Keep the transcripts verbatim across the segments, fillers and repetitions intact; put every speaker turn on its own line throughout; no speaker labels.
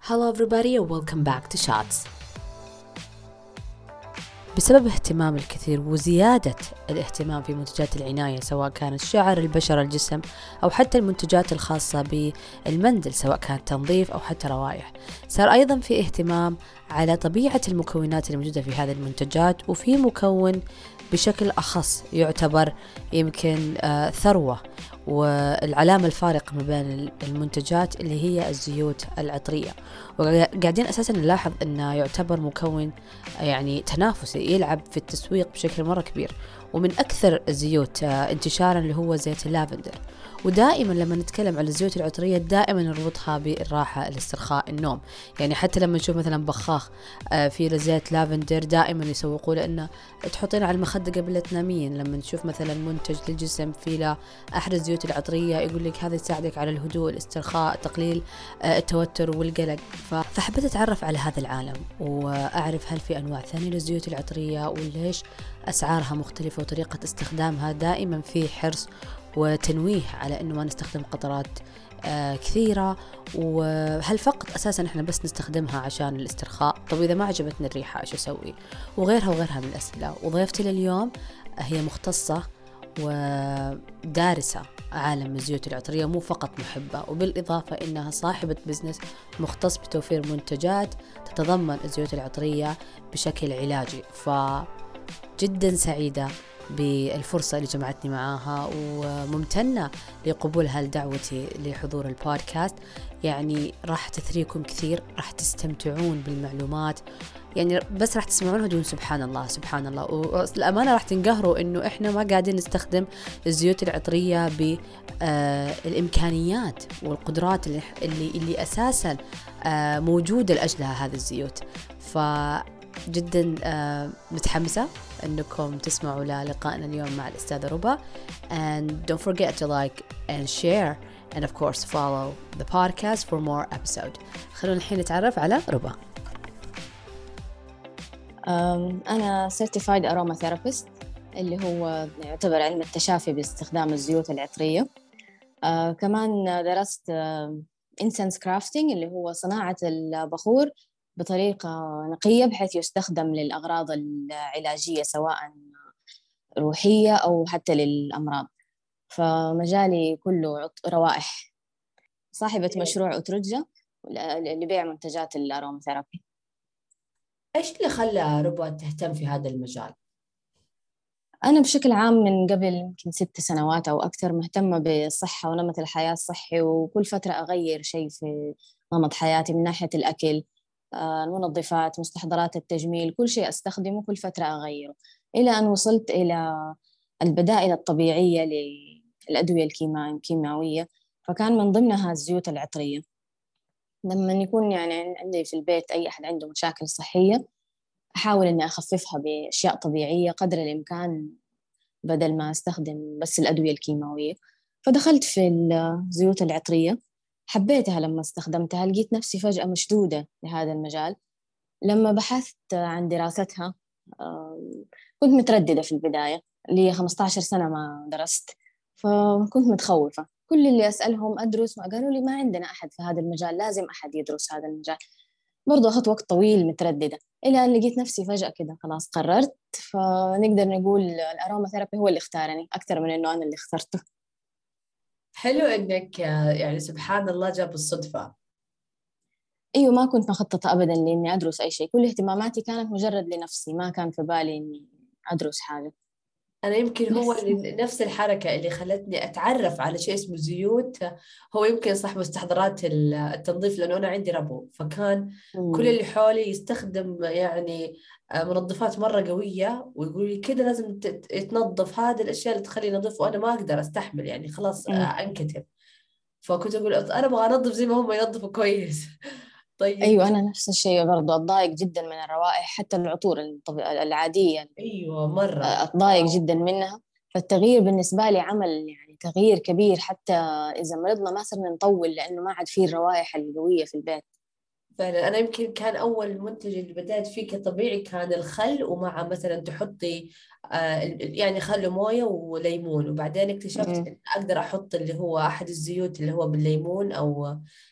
Hello everybody and welcome back to Shots. بسبب اهتمام الكثير وزيادة الاهتمام في منتجات العناية سواء كانت شعر البشرة الجسم أو حتى المنتجات الخاصة بالمنزل سواء كانت تنظيف أو حتى روائح، صار أيضا في اهتمام على طبيعة المكونات الموجودة في هذه المنتجات، وفي مكون بشكل أخص يعتبر يمكن آه ثروة والعلامة الفارقة ما بين المنتجات اللي هي الزيوت العطرية. وقاعدين أساسا نلاحظ أنه يعتبر مكون يعني تنافسي يلعب في التسويق بشكل مرة كبير، ومن أكثر الزيوت انتشارا اللي هو زيت اللافندر. ودائما لما نتكلم على الزيوت العطرية دائما نربطها بالراحة، الاسترخاء، النوم. يعني حتى لما نشوف مثلا بخاخ في زيت لافندر دائما يسوقوا لأنه تحطين على المخدة قبل تنامين. لما نشوف مثلا منتج للجسم في له أحد الزيوت العطرية يقول لك هذا يساعدك على الهدوء، الاسترخاء، تقليل التوتر والقلق. فحبيت أتعرف على هذا العالم وأعرف هل في أنواع ثانية للزيوت العطرية وليش أسعارها مختلفة وطريقة استخدامها. دائما في حرص وتنويه على أنه ما نستخدم قطرات آه كثيرة، وهل فقط أساسا إحنا بس نستخدمها عشان الاسترخاء؟ طب إذا ما عجبتني الريحة إيش أسوي؟ وغيرها وغيرها من الأسئلة. وضيفتي لليوم هي مختصة ودارسة عالم الزيوت العطرية، مو فقط محبة، وبالإضافة إنها صاحبة بزنس مختص بتوفير منتجات تتضمن الزيوت العطرية بشكل علاجي. فجدا سعيدة بالفرصة اللي جمعتني معاها وممتنة لقبولها لدعوتي لحضور البودكاست. يعني راح تثريكم كثير، راح تستمتعون بالمعلومات، يعني بس راح تسمعونها دون سبحان الله سبحان الله. والأمانة راح تنقهروا إنه إحنا ما قاعدين نستخدم الزيوت العطرية بالإمكانيات والقدرات اللي اللي, اللي أساساً موجودة لأجلها هذه الزيوت. فجداً متحمسة إنكم تسمعوا لقائنا اليوم مع الأستاذة ربا. And don't forget to like and share and of course follow the podcast for more episode. خلونا الحين نتعرف على ربا.
أنا Certified Aromatherapist اللي هو يعتبر علم التشافي باستخدام الزيوت العطرية. أه كمان درست Incense Crafting اللي هو صناعة البخور بطريقة نقية بحيث يستخدم للأغراض العلاجية سواء روحية أو حتى للأمراض. فمجالي كله روائح. صاحبة مشروع أترجة لبيع منتجات الأروماثيرابي.
إيش اللي خلى ربا تهتم في هذا المجال؟
أنا بشكل عام من قبل يمكن ست سنوات أو أكثر مهتمة بالصحة ونمط الحياة الصحي، وكل فترة أغير شيء في نمط حياتي من ناحية الأكل، المنظفات، مستحضرات التجميل، كل شيء أستخدمه كل فترة أغيره، إلى أن وصلت إلى البدائل الطبيعية للأدوية الكيماوية، فكان من ضمنها الزيوت العطرية. لما يكون يعني عندي في البيت أي أحد عنده مشاكل صحية أحاول أني أخففها بأشياء طبيعية قدر الإمكان بدل ما أستخدم بس الأدوية الكيماوية. فدخلت في الزيوت العطرية، حبيتها. لما استخدمتها لقيت نفسي فجأة مشدودة لهذا المجال. لما بحثت عن دراستها كنت مترددة في البداية، لي خمسة عشر سنة ما درست، فكنت متخوفة. كل اللي أسألهم أدرس، ما قالوا لي ما عندنا أحد في هذا المجال، لازم أحد يدرس هذا المجال. برضو أخذت وقت طويل مترددة، إلى أن لقيت نفسي فجأة كده خلاص قررت. فنقدر نقول الأروما ثيرابي هو اللي اختارني أكثر من إنه أنا اللي اخترته.
حلو إنك يعني سبحان الله جاب الصدفة.
أيوة، ما كنت مخططة أبدا لإني أدرس أي شيء، كل اهتماماتي كانت مجرد لنفسي، ما كان في بالي إني أدرس حاجة.
أنا يمكن هو نفس الحركة اللي خلتني أتعرف على شيء اسمه زيوت. هو يمكن صح مستحضرات التنظيف، لأنه أنا عندي ربو، فكان كل اللي حولي يستخدم يعني منظفات مرة قوية، ويقول لي كده لازم يتنظف، هذه الأشياء اللي تخلي نظيف، وأنا ما أقدر أستحمل يعني خلاص أنكتب. فكنت أقول أنا أبغى أنظف زي ما هم ينظفوا كويس. طيب.
أيوة، أنا نفس الشيء برضو، أتضايق جدا من الروائح، حتى العطور العادية
أيوة مرة
أتضايق جدا منها. فالتغيير بالنسبة لي عمل يعني تغيير كبير، حتى إذا مرضنا ما صرنا نطول لأنه ما عاد فيه الروائح القوية في البيت.
فعلا أنا يمكن كان أول منتج اللي بدأت فيه كطبيعي كان الخل، ومع مثلا تحطي آه يعني خل وموية وليمون، وبعدين اكتشفت إن أقدر أحط اللي هو أحد الزيوت اللي هو بالليمون أو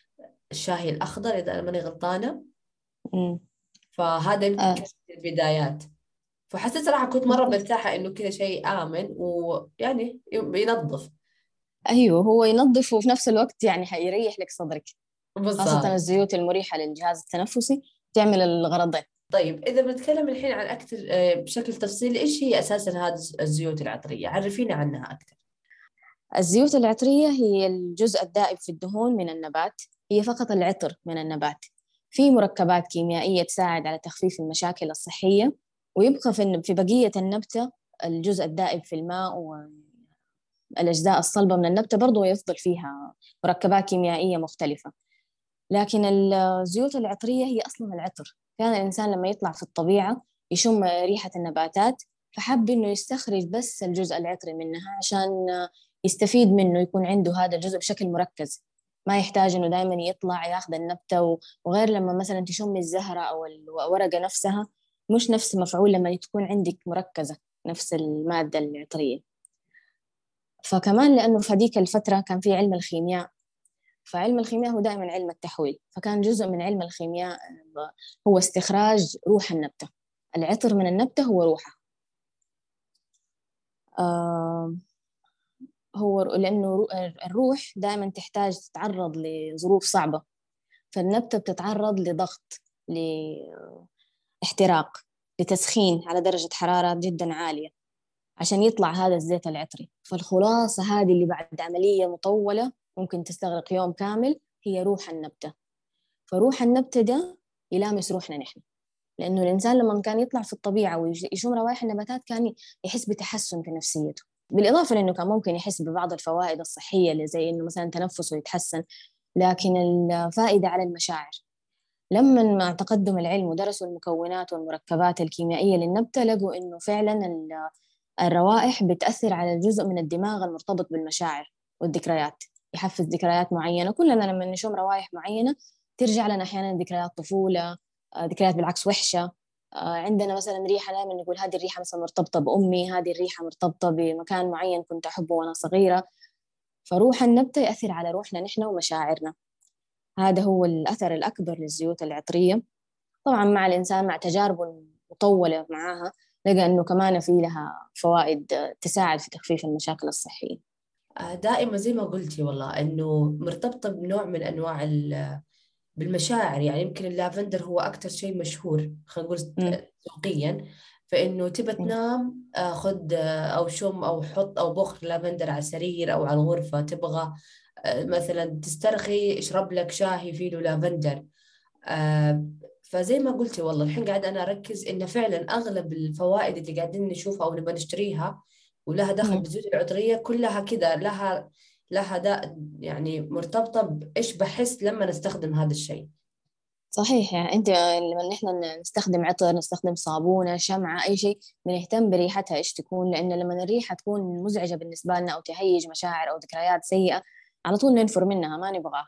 الشاهي الأخضر إذا أنا ماني غلطانة.
مم.
فهذا يمكن
آه.
كانت البدايات. فحسيت صراحة كنت مرة مرتاحة إنه كذا شيء آمن ويعني ينظف.
أيوه، هو ينظف وفي نفس الوقت يعني حيريح لك صدرك، خاصة
بالضبط.
الزيوت المريحة للجهاز التنفسي تعمل الغرضين.
طيب إذا بنتكلم الحين عن أكثر آه، بشكل تفصيلي، إيش هي أساسا هذه الزيوت العطرية؟ عرفينا عنها أكثر.
الزيوت العطرية هي الجزء الدائب في الدهون من النبات، هي فقط العطر من النبات. في مركبات كيميائية تساعد على تخفيف المشاكل الصحية، ويبقى في في بقية النبتة الجزء الدائب في الماء والأجزاء الصلبة من النبتة برضو يفضل فيها مركبات كيميائية مختلفة. لكن الزيوت العطرية هي أصلا العطر. كان الإنسان لما يطلع في الطبيعة يشم ريحة النباتات، فحب إنه يستخرج بس الجزء العطري منها عشان يستفيد منه، يكون عنده هذا الجزء بشكل مركز، ما يحتاج إنه دائما يطلع ياخذ النبتة. وغير لما مثلا تشم الزهرة أو الورقة نفسها، مش نفس مفعول لما تكون عندك مركزة نفس المادة العطرية. فكمان لأنه في هذيك الفترة كان في علم الخيمياء، فعلم الخيمياء هو دائما علم التحويل، فكان جزء من علم الخيمياء هو استخراج روح النبتة. العطر من النبتة هو روحها. آه هو لأنه الروح دائما تحتاج تتعرض لظروف صعبة، فالنبتة بتتعرض لضغط، لاحتراق، لتسخين على درجة حرارة جدا عالية عشان يطلع هذا الزيت العطري. فالخلاصة هذه اللي بعد عملية مطولة ممكن تستغرق يوم كامل هي روح النبتة. فروح النبتة ده يلامس روحنا نحن، لأنه الإنسان لما كان يطلع في الطبيعة ويشم روائح النباتات كان يحس بتحسن في نفسيته، بالإضافة لأنه كان ممكن يحس ببعض الفوائد الصحية اللي زي إنه مثلا تنفسه يتحسن. لكن الفائدة على المشاعر، لما مع تقدم العلم ودرسوا المكونات والمركبات الكيميائية للنبتة لقوا إنه فعلا الروائح بتأثر على الجزء من الدماغ المرتبط بالمشاعر والذكريات، يحفز ذكريات معينة. كلنا لما نشم روائح معينة ترجع لنا أحيانا ذكريات طفولة، آه، ذكريات بالعكس وحشة. آه، عندنا مثلا ريحة دائما نقول هذه الريحة مثلا مرتبطة بأمي، هذه الريحة مرتبطة بمكان معين كنت أحبه وأنا صغيرة. فروح النبتة يأثر على روحنا نحن ومشاعرنا. هذا هو الأثر الأكبر للزيوت العطرية. طبعا مع الإنسان مع تجاربه المطولة معها لقى أنه كمان في لها فوائد آه، تساعد في تخفيف المشاكل الصحية.
آه، دائما زي ما قلتي والله إنه مرتبطة بنوع من أنواع بالمشاعر. يعني يمكن اللافندر هو أكتر شيء مشهور، خلينا نقول
مم.
سوقيا. فإنه تبى
مم.
تنام، آه، خذ آه، أو شم أو حط أو بخر لافندر على السرير أو على الغرفة. تبغى آه، مثلا تسترخي، اشرب لك شاي فيه له لافندر. آه، فزي ما قلتي والله الحين قاعدة أنا أركز إن فعلا أغلب الفوائد اللي قاعدين نشوفها أو نبغى نشتريها ولها دخل
مم.
بالزيوت العطرية كلها كذا لها لها دا يعني مرتبطة بإيش بحس لما نستخدم هذا الشيء.
صحيح، يعني أنت لما نحن نستخدم عطر، نستخدم صابونة، شمعة، أي شيء، بنهتم بريحتها إيش تكون، لأن لما الريحة تكون مزعجة بالنسبة لنا أو تهيج مشاعر أو ذكريات سيئة على طول ننفر منها ما نبغاها.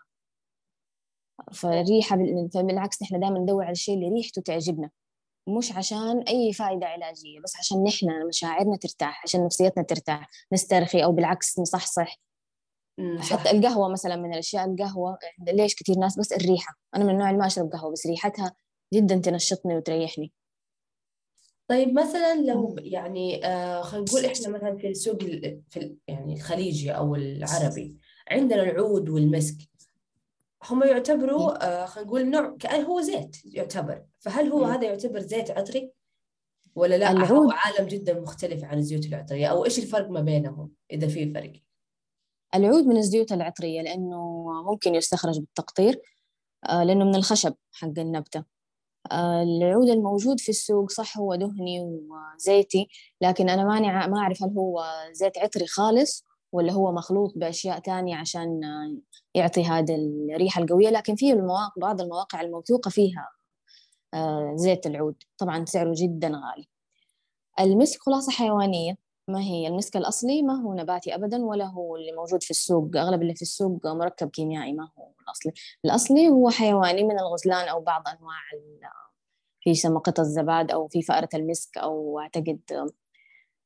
فالريحة بال- فبالعكس نحن دائما ندور على الشيء اللي ريحته تعجبنا، مش عشان أي فائدة علاجية، بس عشان نحن مشاعرنا ترتاح، عشان نفسيتنا ترتاح، نسترخي أو بالعكس نصحصح.
امم
حتى
صح.
القهوة مثلا من الأشياء، القهوة ليش كثير ناس بس الريحة، أنا من النوع اللي ما أشرب قهوة بس ريحتها جدا تنشطني وتريحني.
طيب مثلا لو
مم.
يعني آه خلينا نقول احنا مثلا في السوق ال- في ال- يعني الخليجي او العربي، عندنا العود والمسك. هم يعتبروا آه خلينا نقول نوع كأنه هو زيت يعتبر. فهل هو
مم.
هذا يعتبر زيت عطري ولا لا هو
العود
عالم جدا مختلف عن الزيوت العطرية؟ او ايش الفرق ما بينهم اذا في فرق؟
العود من الزيوت العطرية لأنه ممكن يستخرج بالتقطير، آه، لأنه من الخشب حق النبتة. آه، العود الموجود في السوق صح هو دهني وزيتي، لكن أنا ماني ع- ما أعرف هل هو زيت عطري خالص ولا هو مخلوط بأشياء تانية عشان آه، يعطي هذه الريحة القوية. لكن في المواقع، بعض المواقع الموثوقة فيها آه، زيت العود، طبعا سعره جدا غالي. المسك خلاصة حيوانية، ما هي المسك الأصلي، ما هو نباتي أبدا ولا هو اللي موجود في السوق. أغلب اللي في السوق مركب كيميائي، ما هو الأصلي. الأصلي هو حيواني من الغزلان أو بعض أنواع ال- في سمقة الزباد أو في فأرة المسك أو أعتقد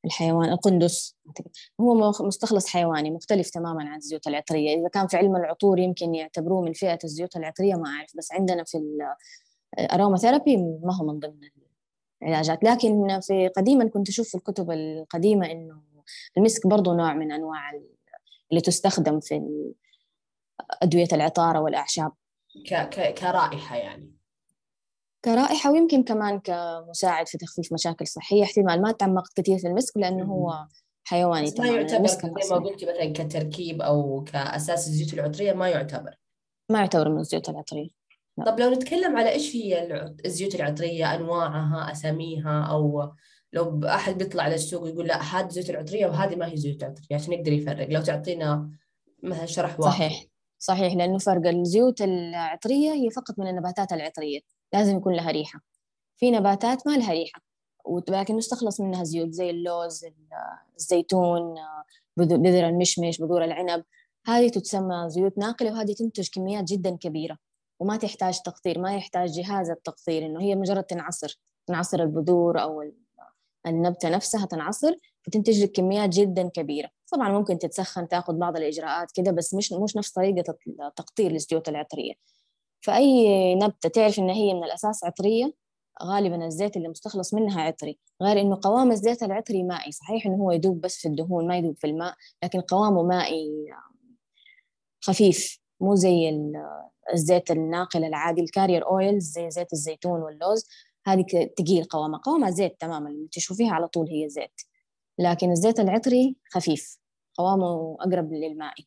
الحيوان القندس هو مخ- مستخلص حيواني مختلف تماما عن الزيوت العطرية. إذا كان في علم العطور يمكن يعتبروه من فئة الزيوت العطرية، ما أعرف، بس عندنا في الأروما ثيرابي ما هو من ضمن العلاجات. لكن في قديما كنت أشوف في الكتب القديمة إنه المسك برضو نوع من أنواع اللي تستخدم في أدوية العطارة والأعشاب
ك... ك... كرائحة يعني.
كرائحة، ويمكن كمان كمساعد في تخفيف مشاكل صحية. احتمال ما تعمقت كثير في المسك لأنه
م-م.
هو حيواني
بس ما
تماما،
يعتبر
المسك
زي ما
الأصلي
قلتي مثلا كتركيب أو كأساس الزيوت العطرية، ما يعتبر.
ما يعتبر من الزيوت العطرية. لا.
طب لو نتكلم على إيش هي الع- الزيوت العطرية، أنواعها، أساميها، أو لو أحد بيطلع على السوق يقول لا هذه زيوت العطرية وهذه ما هي زيوت عطرية، عشان يقدر يفرق، لو تعطينا مثلا شرح واضح.
صحيح صحيح، لأنه فرق الزيوت العطرية هي فقط من النباتات العطرية، لازم يكون لها ريحة. في نباتات ما لها ريحة ولكن نستخلص منها زيوت زي اللوز، الزيتون، بذور- بذر المشمش، بذور العنب. هذه تتسمى زيوت ناقلة، وهذه تنتج كميات جدا كبيرة وما تحتاج تقطير، ما يحتاج جهاز التقطير، إنه هي مجرد تنعصر تنعصر البذور أو النبتة نفسها تنعصر، فتنتج لك كميات جدا كبيرة. طبعا ممكن تتسخن، تاخذ بعض الإجراءات كده، بس مش مش نفس طريقة التقطير للزيوت العطرية. فأي نبتة تعرف إن هي من الأساس عطرية، غالبا الزيت اللي مستخلص منها عطري. غير إنه قوام الزيت العطري مائي، صحيح إنه هو يدوب بس في الدهون ما يدوب في الماء، لكن قوامه مائي خفيف، مو زي الزيت الناقل العادي الكارير أويلز زي زيت الزيتون واللوز. هذه تقيل قوامها، قوامها زيت تماما اللي تشوفيها على طول هي زيت، لكن الزيت العطري خفيف، قوامه أقرب للمائي.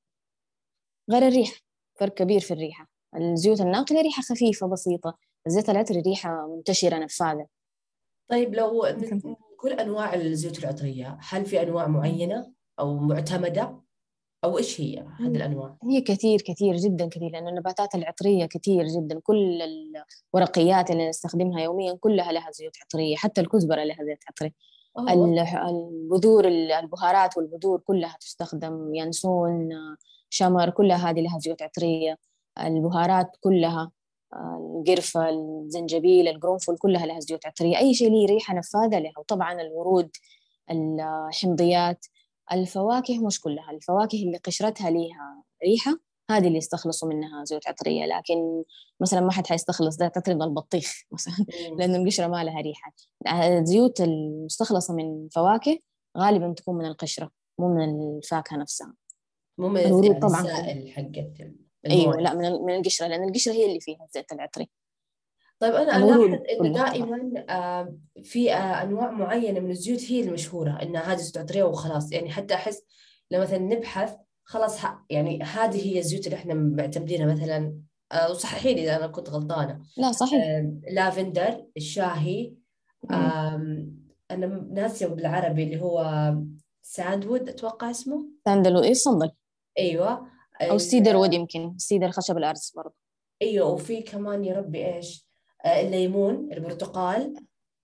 غير الريحة، فرق كبير في الريحة. الزيوت الناقلة ريحة خفيفة بسيطة، الزيت العطري ريحة منتشرة نفاذة.
طيب لو
ممكن.
نت- كل أنواع الزيوت العطرية، هل في أنواع معينة أو معتمدة، أو إيش هي هذه الأنواع؟
هي كثير كثير جدا كثير، لأن النباتات العطرية كثير جدا. كل الورقيات اللي نستخدمها يوميا كلها لها زيوت عطرية، حتى الكزبرة لها زيت عطري.
أوه
ال-
والله.
البذور، البهارات والبذور كلها تستخدم، ينسون، شمر، كلها هذه لها زيوت عطرية. البهارات كلها، القرفة، الزنجبيل، القرنفل، كلها لها زيوت عطرية. أي شيء له ريحة نفاذة لها. وطبعا الورود، الحمضيات، الفواكه، مش كلها الفواكه اللي قشرتها ليها ريحة هذه اللي يستخلصوا منها زيوت عطرية. لكن مثلا ما حد حيستخلص زيت عطري من البطيخ مثلا
مم.
لأنه القشرة ما لها ريحة. الزيوت المستخلصة من فواكه غالبا تكون من القشرة، مو من الفاكهة نفسها.
مو من
الورود
يعني
طبعا.
السائل حقت
أيوة،
المويه.
لا، من من القشرة، لأن القشرة هي اللي فيها الزيت العطري.
طيب أنا ألاحظ
الورود
إنه
كلها طبعا.
دائما آه، في آه، أنواع معينة من الزيوت هي المشهورة إنها هذه زيوت عطرية وخلاص، يعني حتى أحس لما مثلا نبحث خلاص ه- يعني هذه هي الزيوت اللي إحنا معتمدينها مثلا. آه، وصححي لي إذا أنا كنت غلطانة.
لا صحيح.
آه، لافندر، الشاهي.
أمم.
آم، أنا ناسية بالعربي اللي هو ساندوود أتوقع اسمه.
ساندل، إيه، الصندل.
أيوة.
أو
ال-
السيدر وود، يمكن السيدر خشب الأرز برضه.
أيوة، وفي كمان يا ربي إيش، آه، الليمون، البرتقال.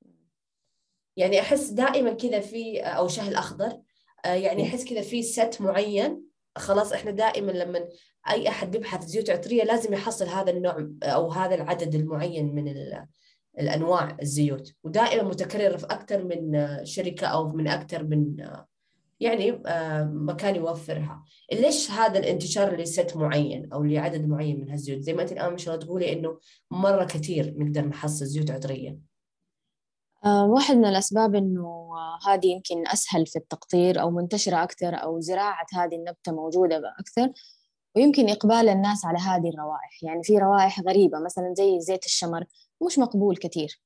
يعني أحس دائما كذا في، أو شاي الأخضر. آه، يعني أحس كذا في ست معين. خلاص إحنا دائما لما أي أحد بيبحث زيوت عطرية لازم يحصل هذا النوع أو هذا العدد المعين من ال- الأنواع الزيوت، ودائما متكررة في أكثر من آه، شركة أو من أكثر من آه، يعني آه، مكان يوفرها. ليش هذا الانتشار لست معين أو لعدد معين من هالزيوت، زي ما أنت الآن مش تقولي إنه مرة كثير نقدر نحصل زيوت عطرية؟
آه، واحد من الأسباب إنه آه، هذه يمكن أسهل في التقطير أو منتشرة أكثر، أو زراعة هذه النبتة موجودة أكثر. ويمكن إقبال الناس على هذه الروائح، يعني في روائح غريبة مثلا زي زيت الشمر مش مقبول كثير.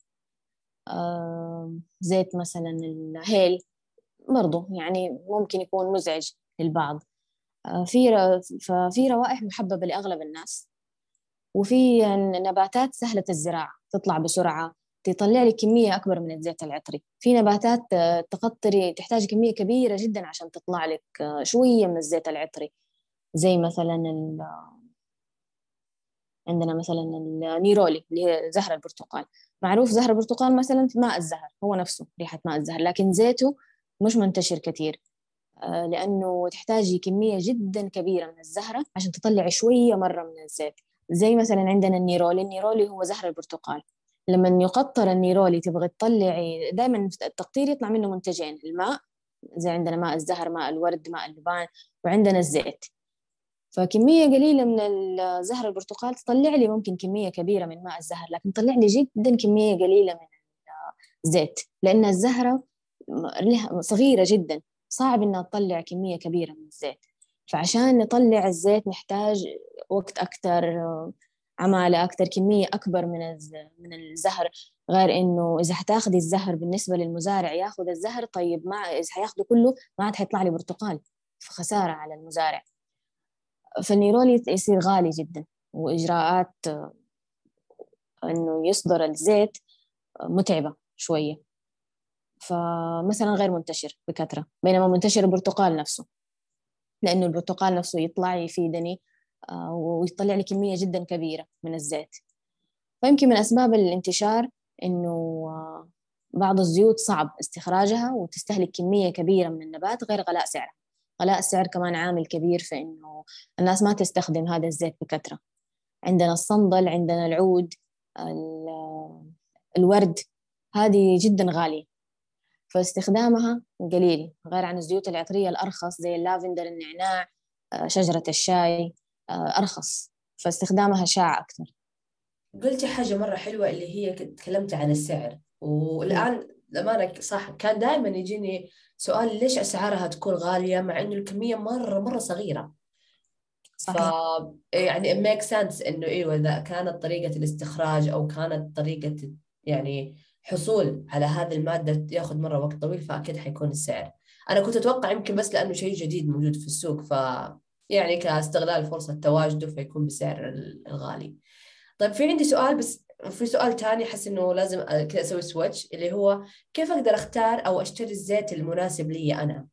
آه، زيت مثلا الهيل برضو يعني ممكن يكون مزعج للبعض. آه، في ر- ففي روائح محببة لأغلب الناس. وفي نباتات سهلة الزراعة تطلع بسرعة، تطلع لك كمية أكبر من الزيت العطري. في نباتات آه، تقطري تحتاج كمية كبيرة جدا عشان تطلع لك آه، شوية من الزيت العطري. زي مثلا ال... عندنا مثلا النيرولي اللي هي زهر البرتقال. معروف زهر البرتقال مثلا في ماء الزهر، هو نفسه ريحة ماء الزهر، لكن زيته مش منتشر كثير. آه، لأنه تحتاجي كمية جدا كبيرة من الزهرة عشان تطلعي شوية مرة من الزيت. زي مثلا عندنا النيرولي، النيرولي هو زهر البرتقال، لما يقطر النيرولي تبغى تطلعي، دائما التقطير يطلع منه منتجين: الماء، زي عندنا ماء الزهر، ماء الورد، ماء اللبان، وعندنا الزيت. فكمية قليلة من الزهر البرتقال تطلع لي ممكن كمية كبيرة من ماء الزهر، لكن تطلع لي جدا كمية قليلة من الزيت، لأن الزهرة صغيرة جدا، صعب إنها تطلع كمية كبيرة من الزيت. فعشان نطلع الزيت نحتاج وقت أكتر، عمالة أكتر، كمية أكبر من من الزهر. غير إنه إذا حتاخدي الزهر بالنسبة للمزارع ياخد الزهر، طيب ما إذا حياخده كله ما عاد حيطلع لي برتقال، فخسارة على المزارع. فالنيرولي يصير غالي جدا، وإجراءات إنه يصدر الزيت متعبة شوية. فمثلا غير منتشر بكثرة، بينما منتشر البرتقال نفسه، لأنه البرتقال نفسه يطلع يفيدني ويطلع لي كمية جدا كبيرة من الزيت. فيمكن من أسباب الانتشار إنه بعض الزيوت صعب استخراجها وتستهلك كمية كبيرة من النبات، غير غلاء سعرها. غلاء السعر كمان عامل كبير في إنه الناس ما تستخدم هذا الزيت بكثرة. عندنا الصندل، عندنا العود، الورد، هذه جدا غالية، فاستخدامها قليل، غير عن الزيوت العطرية الأرخص زي اللافندر، النعناع، شجرة الشاي، أرخص، فاستخدامها شاع أكثر.
قلتي حاجة مرة حلوة اللي هي تكلمت عن السعر، والآن لما صح كان دائما يجيني سؤال ليش أسعارها تكون غالية مع إنه الكمية مرة مرة صغيرة.
صحيح.
ف يعني make sense إنه إيوه إذا كانت طريقة الاستخراج أو كانت طريقة يعني حصول على هذه المادة ياخذ مرة وقت طويل، فأكيد حيكون السعر. أنا كنت أتوقع يمكن بس لأنه شيء جديد موجود في السوق، ف يعني كاستغلال فرصة تواجده فيكون بسعر الغالي. طيب في عندي سؤال، بس في سؤال تاني حس إنه لازم كذا أسوي سويتش، اللي هو كيف أقدر أختار أو أشتري الزيت المناسب لي أنا،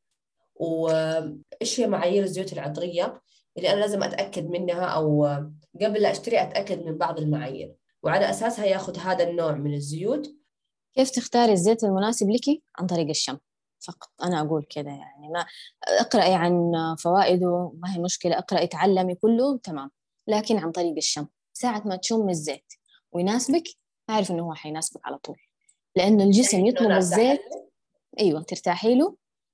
وإيش هي معايير الزيوت العطرية اللي أنا لازم أتأكد منها، أو قبل لا أشتري أتأكد من بعض المعايير وعلى أساسها ياخذ هذا النوع من الزيوت.
كيف تختاري الزيت المناسب لك؟ عن طريق الشم فقط. أنا أقول كده يعني، ما اقرأي عن فوائده ما هي مشكلة، اقرأي تعلمي كله تمام، لكن عن طريق الشم. ساعة ما تشم الزيت ويناسبك أعرف إنه هو حيناسبك على طول، لأنه الجسم
يعني إنه
يطلب
أنا أرتاح
الزيت.
له.
أيوة ترتاحي له.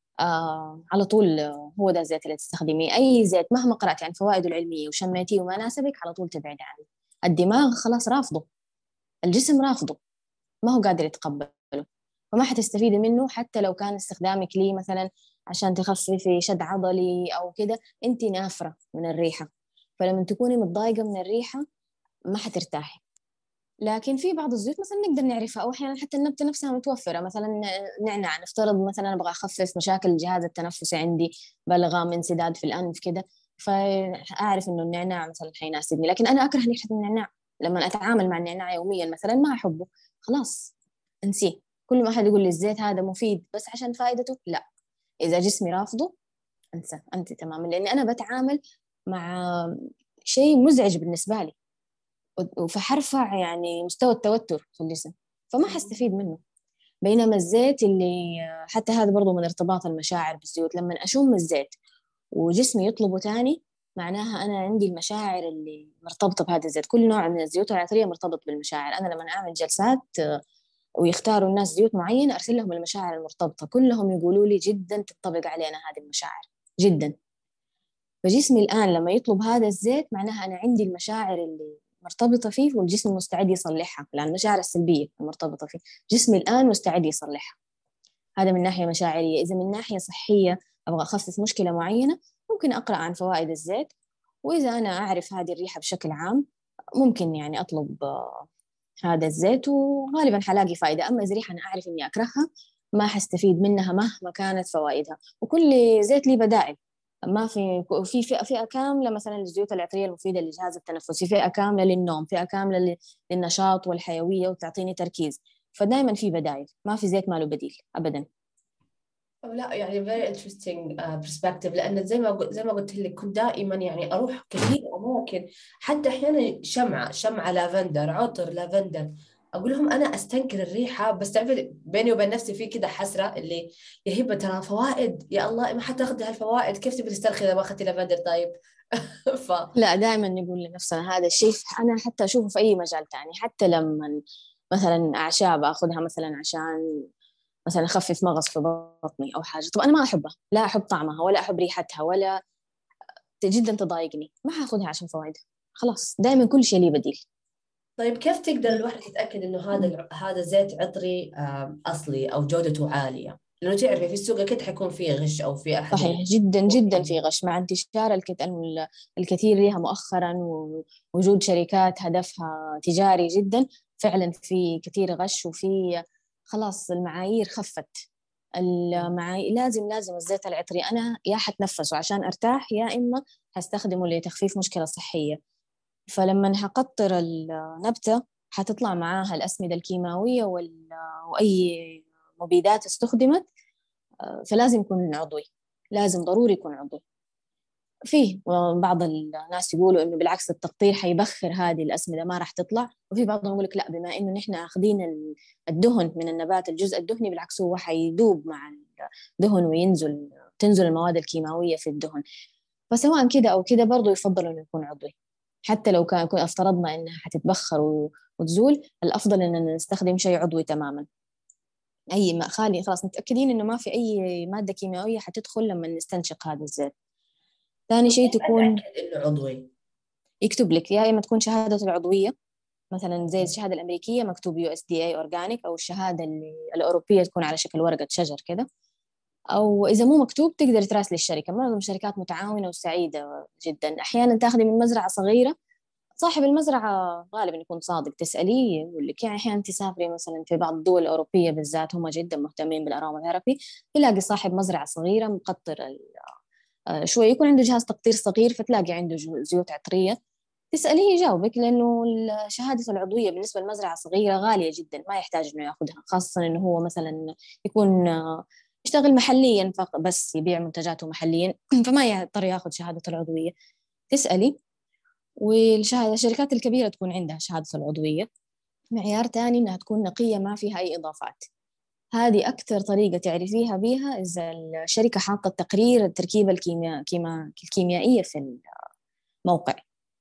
آه على طول. هو ده الزيت اللي تستخدميه. أي زيت مهما قرأتي عن فوائده العلمية وشميتيه وما ناسبك على طول تبعدي عنه. الدماغ خلاص رافضه، الجسم رافضه، ما هو قادر يتقبله، فما حتستفيدي منه. حتى لو كان استخدامك ليه مثلا عشان تخففي شد عضلي أو كده، أنت نافرة من الريحة، فلما تكوني متضايقة من الريحة ما حترتاحي. لكن في بعض الزيوت مثلا نقدر نعرفها، أو أحيانا حتى النبتة نفسها متوفرة. مثلا نعناع، نفترض مثلا أبغى أخفف مشاكل الجهاز التنفسي عندي، بلغم، انسداد في الأنف كده، فأعرف إنه النعناع مثلا حيناسبني. لكن أنا أكره ريحة النعناع، لما أتعامل مع النعناع يوميا مثلا ما أحبه، خلاص انسيه. كل ما أحد يقول لي الزيت هذا مفيد بس عشان فائدته، لا، إذا جسمي رافضه انسى أنت تماما، لأني أنا بتعامل مع شيء مزعج بالنسبة لي، فحرفع يعني مستوى التوتر في الجسم، فما حستفيد منه. بينما الزيت اللي حتى هذا برضو من ارتباط المشاعر بالزيوت، لما أشم الزيت وجسمي يطلبه تاني معناها أنا عندي المشاعر اللي مرتبطة بهذا الزيت. كل نوع من الزيوت العطرية مرتبط بالمشاعر. أنا لما أعمل جلسات ويختاروا الناس زيوت معينة أرسل لهم المشاعر المرتبطة، كلهم يقولوا لي جدا تطبق علينا هذه المشاعر جدا. فجسمي الآن لما يطلب هذا الزيت معناها أنا عندي المشاعر اللي مرتبطة فيه والجسم مستعد يصلحها، لأن المشاعر السلبية المرتبطة فيه جسمي الآن مستعد يصلحها. هذا من ناحية مشاعرية. إذا من ناحية صحية أبغى أخفف مشكلة معينة ممكن أقرأ عن فوائد الزيت، وإذا أنا أعرف هذه الريحة بشكل عام ممكن يعني أطلب هذا الزيت وغالبا حلاقي فائدة. أما إذا ريحة أنا أعرف إني أكرهها ما حستفيد منها مهما كانت فوائدها. وكل زيت لي بدائل، ما في في فئة, فئة كاملة مثلا للزيوت العطرية المفيدة للجهاز التنفسي، فئة كاملة للنوم، فئة كاملة للنشاط والحيوية وتعطيني تركيز. فدائما في بدائل، ما في زيت ما له بديل أبدا.
أو لا يعني very interesting uh, perspective، لأن زي ما قلت زي ما قلت لك كنت دائما يعني أروح كثير أماكن، حتى أحيانا شمعة شمعة لافندر، عطر لافندر، أقول لهم أنا أستنكر الريحة، بس تعرفي بيني وبين نفسي في كده حسرة اللي يا هبة ترى فوائد، يا الله ما حتاخذي هالفوائد، كيف تبي تسترخي إذا ما أخذتي لافندر طيب. ف
لا، دائما نقول لنفسنا هذا الشيء. أنا حتى أشوفه في أي مجال تاني، حتى لما مثلا أعشاب أخذها مثلا عشان مثلا أخفف مغص في بطني أو حاجة، طب أنا ما أحبها، لا أحب طعمها ولا أحب ريحتها ولا جدا تضايقني، ما حاخذها عشان فوائدها. خلاص دائما كل شيء ليه بديل.
طيب كيف تقدر الواحد يتأكد إنه هذا الع- هذا زيت عطري آم، أصلي أو جودته عالية؟ لأنه تعرفي في السوق أكيد حيكون فيه غش أو في أحد
صحيح، جدا جدا في غش مع انتشار الكت... ال- الكثير لها مؤخرا، ووجود شركات هدفها تجاري جدا. فعلا في كثير غش، وفي خلاص المعايير خفت. المعايير لازم لازم الزيت العطري أنا يا حتنفسه عشان أرتاح، يا إما هستخدمه لتخفيف مشكلة صحية. فلما هقطر النبتة حتطلع معاها الأسمدة الكيماوية وال... وأي مبيدات استخدمت. فلازم يكون عضوي، لازم ضروري يكون عضوي. فيه بعض الناس يقولوا إنه بالعكس التقطير حيبخر هذه الأسمدة ما راح تطلع، وفي بعضهم يقول لك لا، بما إنه نحن أخذين الدهن من النبات الجزء الدهني بالعكس هو حيدوب مع الدهن وينزل تنزل المواد الكيماوية في الدهن. فسواء كده أو كده برضو يفضل إنه يكون عضوي. حتى لو كان كنا افترضنا إنها حتتبخر وتزول، الأفضل إننا نستخدم شيء عضوي تماما. أي ما خالي خلاص متأكدين إنه ما في أي مادة كيميائية حتدخل لما نستنشق هذا الزيت. ثاني شيء
كيف
تكون
أتأكد إنه عضوي؟
يكتب لك يا إما تكون شهادة العضوية، مثلا زي الشهادة الأمريكية مكتوب يو اس دي اي أورجانيك، أو الشهادة اللي الأوروبية تكون على شكل ورقة شجر كده. أو إذا مو مكتوب تقدر تراسلي الشركة، معظم الشركات متعاونة وسعيدة جدا. أحيانا تاخذي من مزرعة صغيرة، صاحب المزرعة غالبا يكون صادق، تسأليه يقول لك. يعني أحيانا تسافري مثلا في بعض الدول الأوروبية بالذات هم جدا مهتمين بالأروما ثيرابي، تلاقي صاحب مزرعة صغيرة مقطر آه، شوي، يكون عنده جهاز تقطير صغير، فتلاقي عنده زيوت عطرية. تسأليه يجاوبك، لأنه شهادة العضوية بالنسبة لمزرعة صغيرة غالية جدا، ما يحتاج إنه ياخذها، خاصة إنه هو مثلا يكون آه، يشتغل محليا فقط، بس يبيع منتجاته محليا فما يضطر ياخذ شهادة العضوية. تسألي. والشهادة الشركات الكبيرة تكون عندها شهادة العضوية. معيار تاني إنها تكون نقية ما فيها أي إضافات. هذه أكثر طريقة تعرفيها بيها إذا الشركة حاطة تقرير التركيبة الكيمياء كيما الكيميائية في الموقع.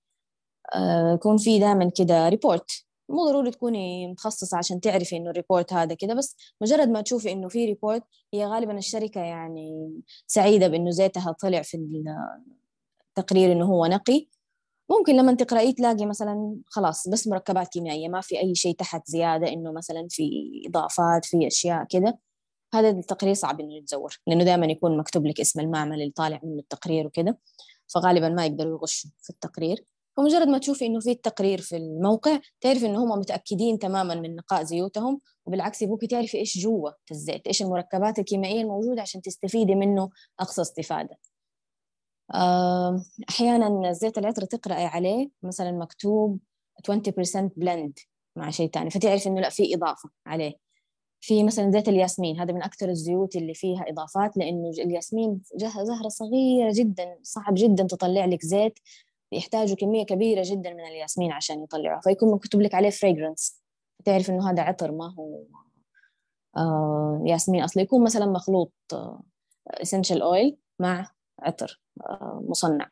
آه، يكون في دائما كده ريبورت. مو ضروري تكوني متخصصة عشان تعرفي إنه الريبورت هذا كده، بس مجرد ما تشوفي إنه في ريبورت، هي غالبا الشركة يعني سعيدة بإنه زيتها طلع في التقرير إنه هو نقي. ممكن لما تقرأيه تلاقي مثلا خلاص بس مركبات كيميائية، ما في أي شيء تحت زيادة، إنه مثلا في إضافات في أشياء كده. هذا التقرير صعب إنه يتزور، لأنه دائما يكون مكتوب لك اسم المعمل اللي طالع منه التقرير وكده، فغالبا ما يقدروا يغشوا في التقرير. فمجرد ما تشوفي إنه في التقرير في الموقع تعرفي إنه هم متأكدين تماما من نقاء زيوتهم. وبالعكس يبوكي تعرفي إيش جوه الزيت، إيش المركبات الكيميائية الموجودة عشان تستفيدي منه أقصى استفادة. أحيانا الزيت العطر تقرأي عليه مثلا مكتوب عشرين بالمية بلند مع شيء تاني، فتعرف إنه لا في إضافة عليه. في مثلا زيت الياسمين، هذا من أكثر الزيوت اللي فيها إضافات، لأنه الياسمين زهرة صغيرة جدا، صعب جدا تطلع لك زيت، يحتاجوا كمية كبيرة جدا من الياسمين عشان يطلعوها، فيكون مكتوب لك عليه fragrance، فتعرف إنه هذا عطر ما هو آه ياسمين أصلا. يكون مثلا مخلوط آه essential oil مع عطر آه مصنع.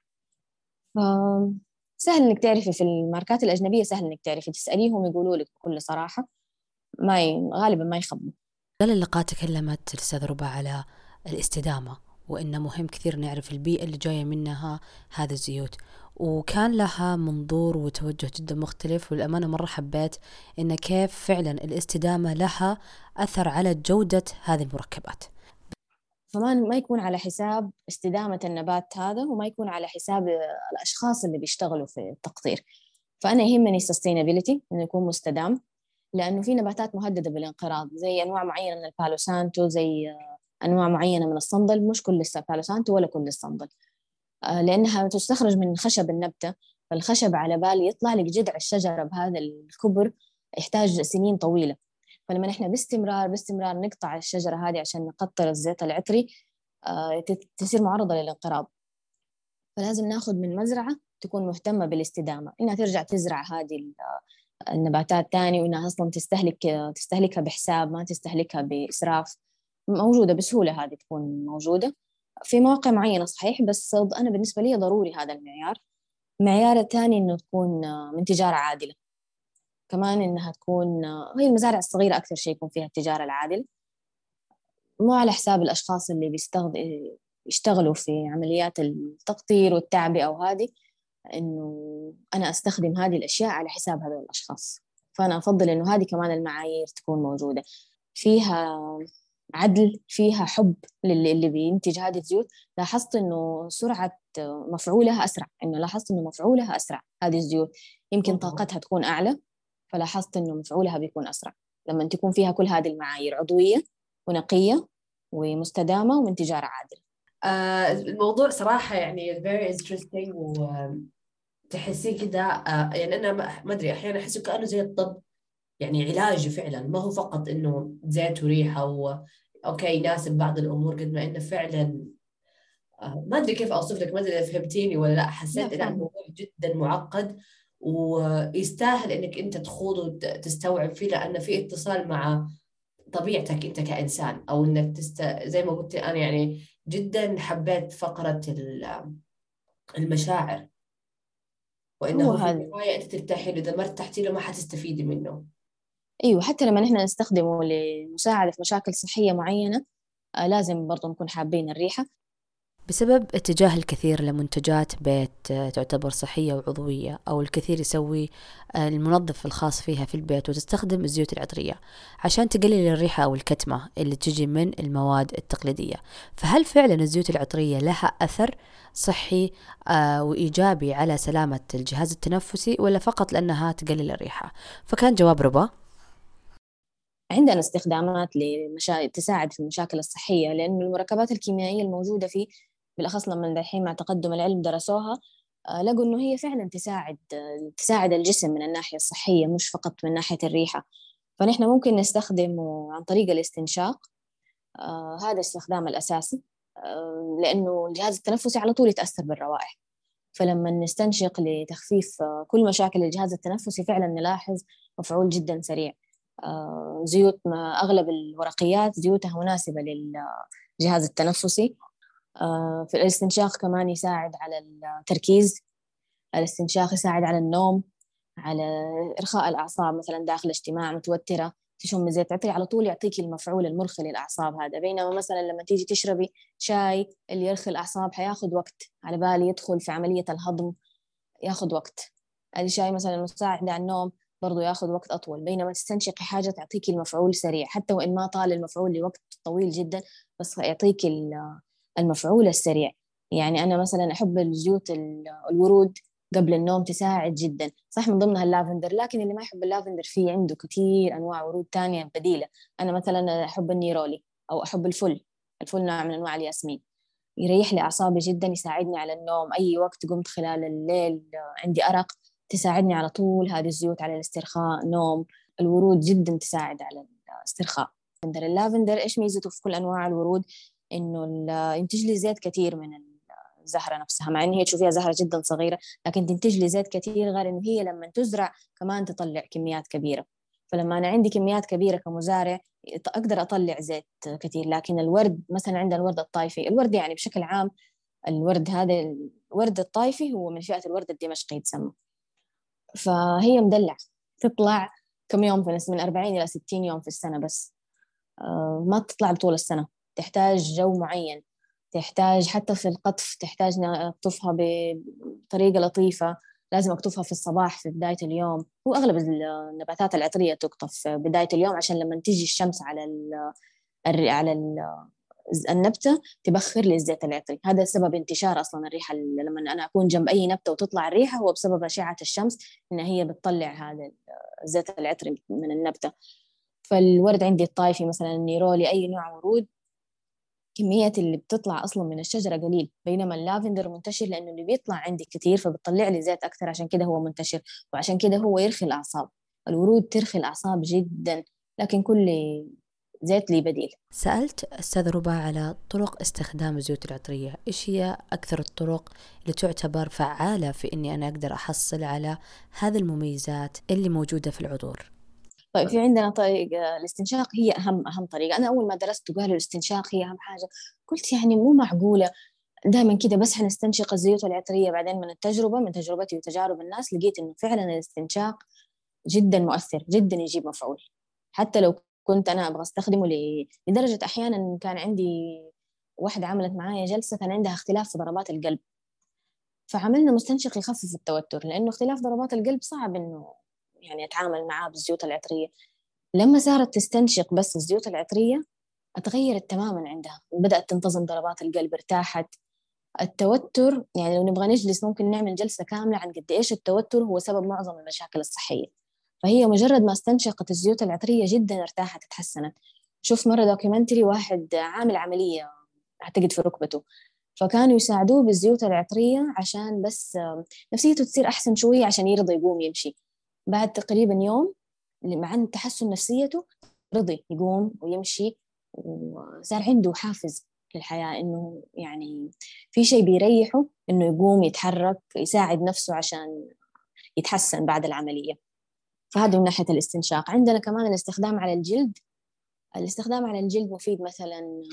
فسهل إنك تعرفي في الماركات الأجنبية، سهل إنك تعرفي، تسأليهم يقولوا لك بكل صراحة، ما ي... غالبا ما يخبوا.
خلال اللقاء تكلمت الأستاذة ربا على الاستدامة، وإنه مهم كثير نعرف البيئة اللي جاية منها هذه الزيوت، وكان لها منظور وتوجه جدا مختلف. والأمانة مرة حبيت إن كيف فعلا الاستدامة لها أثر على جودة هذه المركبات،
فما ما يكون على حساب استدامة النبات هذا، وما يكون على حساب الأشخاص اللي بيشتغلوا في التقطير. فأنا يهمني sustainability، إنه يكون مستدام، لأنه في نباتات مهددة بالانقراض، زي أنواع معينة من البالوسانتو، زي أنواع معينة من الصندل، مش كل البالوسانتو ولا كل الصندل، لأنها تستخرج من خشب النبتة. فالخشب على بال يطلع لك جذع الشجرة بهذا الكبر يحتاج سنين طويلة. فلما نحن باستمرار باستمرار نقطع الشجرة هذه عشان نقطر الزيت العطري، تصير معرضة للانقراض. فلازم ناخذ من مزرعة تكون مهتمة بالاستدامة، إنها ترجع تزرع هذه النباتات تاني، وإنها أصلا تستهلك تستهلكها بحساب، ما تستهلكها بإسراف. موجودة بسهولة، هذه تكون موجودة في مواقع معينة صحيح، بس أنا بالنسبة لي ضروري هذا المعيار. المعيار الثاني إنه تكون من تجارة عادلة. كمان إنها تكون هي المزارع الصغيرة أكثر شيء يكون فيها التجارة العادلة، مو على حساب الأشخاص اللي بيستخد... يشتغلوا في عمليات التقطير والتعبئة أو هذه، إنه أنا أستخدم هذه الأشياء على حساب هذول الأشخاص. فأنا أفضل إنه هذه كمان المعايير تكون موجودة، فيها عدل، فيها حب للي اللي بينتج هذه الزيوت. لاحظت إنه سرعة مفعولها أسرع، إنه لاحظت إنه مفعولها أسرع هذه الزيوت، يمكن طاقتها تكون أعلى، فلاحظت إنه مفعولها بيكون أسرع لما تكون فيها كل هذه المعايير، عضوية ونقية ومستدامة ومن تجارة عادلة.
آه الموضوع صراحة يعني very interesting، وتحسي كده آه يعني أنا ما أدري أحيانا أحسه كأنه زي الطب، يعني علاجي فعلا، ما هو فقط إنه زيت وريحة و أوكي يناسب بعض الأمور، قد ما إنه فعلا آه ما أدري كيف أوصف لك، ما أدري إذا فهمتيني ولا لا. حسيت إن الموضوع جدا معقد ويستاهل إنك أنت تخوض وتستوعب فيه، لأن في اتصال مع طبيعتك أنت كإنسان، أو إنك تست... زي ما قلت أنا يعني جدا حبيت فقرة المشاعر،
هو
وإنه في
هذا
النهاية أنت ترتاحي له، إذا ما ارتحتي له ما حتستفيدي منه.
أيوة، حتى لما نحن نستخدمه لمساعدة في مشاكل صحية معينة آه لازم برضو نكون حابين الريحة.
بسبب اتجاه الكثير لمنتجات بيت تعتبر صحية وعضوية، أو الكثير يسوي المنظف الخاص فيها في البيت وتستخدم الزيوت العطرية عشان تقلل الريحة أو الكتمة اللي تجي من المواد التقليدية. فهل فعلا الزيوت العطرية لها أثر صحي وإيجابي على سلامة الجهاز التنفسي، ولا فقط لأنها تقلل الريحة؟ فكان جواب ربا:
عندنا استخدامات لمشا... تساعد في المشاكل الصحية، لأن المركبات الكيميائية الموجودة فيه بالأخص لما الحين مع تقدم العلم درسوها لقوا إنه هي فعلا تساعد تساعد الجسم من الناحية الصحية، مش فقط من ناحية الريحة. فنحن ممكن نستخدمه عن طريق الاستنشاق، آه هذا الاستخدام الأساسي، آه لأنه الجهاز التنفسي على طول يتأثر بالروائح، فلما نستنشق لتخفيف آه كل مشاكل الجهاز التنفسي فعلا نلاحظ مفعول جدا سريع. آه زيوت، ما أغلب الورقيات زيوتها مناسبة للجهاز التنفسي. آه في الاستنشاق كمان يساعد على التركيز، الاستنشاق يساعد على النوم، على إرخاء الأعصاب، مثلا داخل اجتماع متوترة تشم زيت عطري على طول يعطيك المفعول المرخي للأعصاب هذا. بينما مثلا لما تيجي تشربي شاي اللي يرخي الأعصاب حياخد وقت على بالي يدخل في عملية الهضم، ياخد وقت. الشاي مثلا المساعد على النوم برضو ياخد وقت أطول، بينما تستنشقي حاجة تعطيك المفعول سريع، حتى وإن ما طال المفعول لوقت طويل جدا بس يعطيك المفعول السريع. يعني أنا مثلا أحب الزيوت الورود قبل النوم، تساعد جدا، صح من ضمنها اللافندر، لكن اللي ما يحب اللافندر فيه عنده كتير أنواع ورود تانية بديلة. أنا مثلا أحب النيرولي أو أحب الفل، الفل نوع من أنواع الياسمين، يريح لي أعصابي جدا، يساعدني على النوم. أي وقت قمت خلال الليل عندي أرق تساعدني على طول هذه الزيوت على الاسترخاء، نوم. الورود جدا تساعد على الاسترخاء. اللافندر إيش ميزته في كل أنواع الورود؟ إنه ينتج لي زيت كثير من الزهرة نفسها، مع إن هي تشوفيها زهرة جدا صغيرة لكن تنتج لي زيت كثير، غير إنه هي لما تزرع كمان تطلع كميات كبيرة. فلما أنا عندي كميات كبيرة كمزارع أقدر أطلع زيت كثير. لكن الورد مثلا عندنا الورد الطائفي، الورد يعني بشكل عام الورد هذا الورد الطائفي هو من فئة الورد الدمشقي يتسمى، فهي مدلع تطلع كم يوم في من أربعين إلى ستين يوم في السنة، بس ما تطلع طول السنة، تحتاج جو معين، تحتاج حتى في القطف تحتاج أقطفها بطريقة لطيفة، لازم أقطفها في الصباح في بداية اليوم. وأغلب النباتات العطرية تقطف في بداية اليوم عشان لما تيجي الشمس على ال على ال النبتة تبخر لي الزيت العطري. هذا سبب انتشار أصلا الريحة، لما أنا أكون جنب أي نبتة وتطلع الريحة هو بسبب أشعة الشمس إن هي بتطلع هذا الزيت العطري من النبتة. فالورد عندي الطائفي مثلا النيرولي أي نوع ورود كمية اللي بتطلع أصلا من الشجرة قليل، بينما اللافندر منتشر لأنه اللي بيطلع عندي كتير فبتطلع لي زيت أكثر، عشان كده هو منتشر وعشان كده هو يرخي الأعصاب. الورود ترخي الأعصاب جدا، لكن كل زيت لي بديل.
سألت أستاذ ربا على طرق استخدام الزيوت العطرية، إيش هي أكثر الطرق اللي تعتبر فعالة في إني أنا أقدر أحصل على هذه المميزات اللي موجودة في العطور؟
طيب في عندنا طريقة الاستنشاق، هي أهم أهم طريقة. أنا أول ما درست وقالوا الاستنشاق هي أهم حاجة قلت يعني مو معقولة دائما كده بس حنستنشق الزيوت العطرية. بعدين من التجربة من تجربتي وتجارب الناس لقيت إنه فعلا الاستنشاق جدا مؤثر جدا، يجيب مفعول. حتى لو كنت أنا أبغى أستخدمه ل... لدرجة أحيانا كان عندي واحدة عملت معايا جلسة كان عندها اختلاف في ضربات القلب، فعملنا مستنشق يخفف التوتر، لأنه اختلاف ضربات القلب صعب إنه يعني أتعامل معاه بالزيوت العطرية. لما صارت تستنشق بس الزيوت العطرية اتغيرت تماما عندها، وبدأت تنتظم ضربات القلب، ارتاحت. التوتر يعني لو نبغى نجلس ممكن نعمل جلسة كاملة عن قد إيش التوتر هو سبب معظم المشاكل الصحية. فهي مجرد ما استنشقت الزيوت العطرية جدا ارتاحت، اتحسنت. شوف مرة دوكيومنتري واحد عامل عملية أعتقد في ركبته، فكانوا يساعدوه بالزيوت العطرية عشان بس نفسيته تصير أحسن شوية عشان يرضى يقوم يمشي. بعد تقريبا يوم مع تحسن نفسيته رضي يقوم ويمشي، وصار عنده حافز للحياة، إنه يعني في شيء بيريحه إنه يقوم يتحرك يساعد نفسه عشان يتحسن بعد العملية. فهذا من ناحية الاستنشاق. عندنا كمان الاستخدام على الجلد. الاستخدام على الجلد مفيد مثلا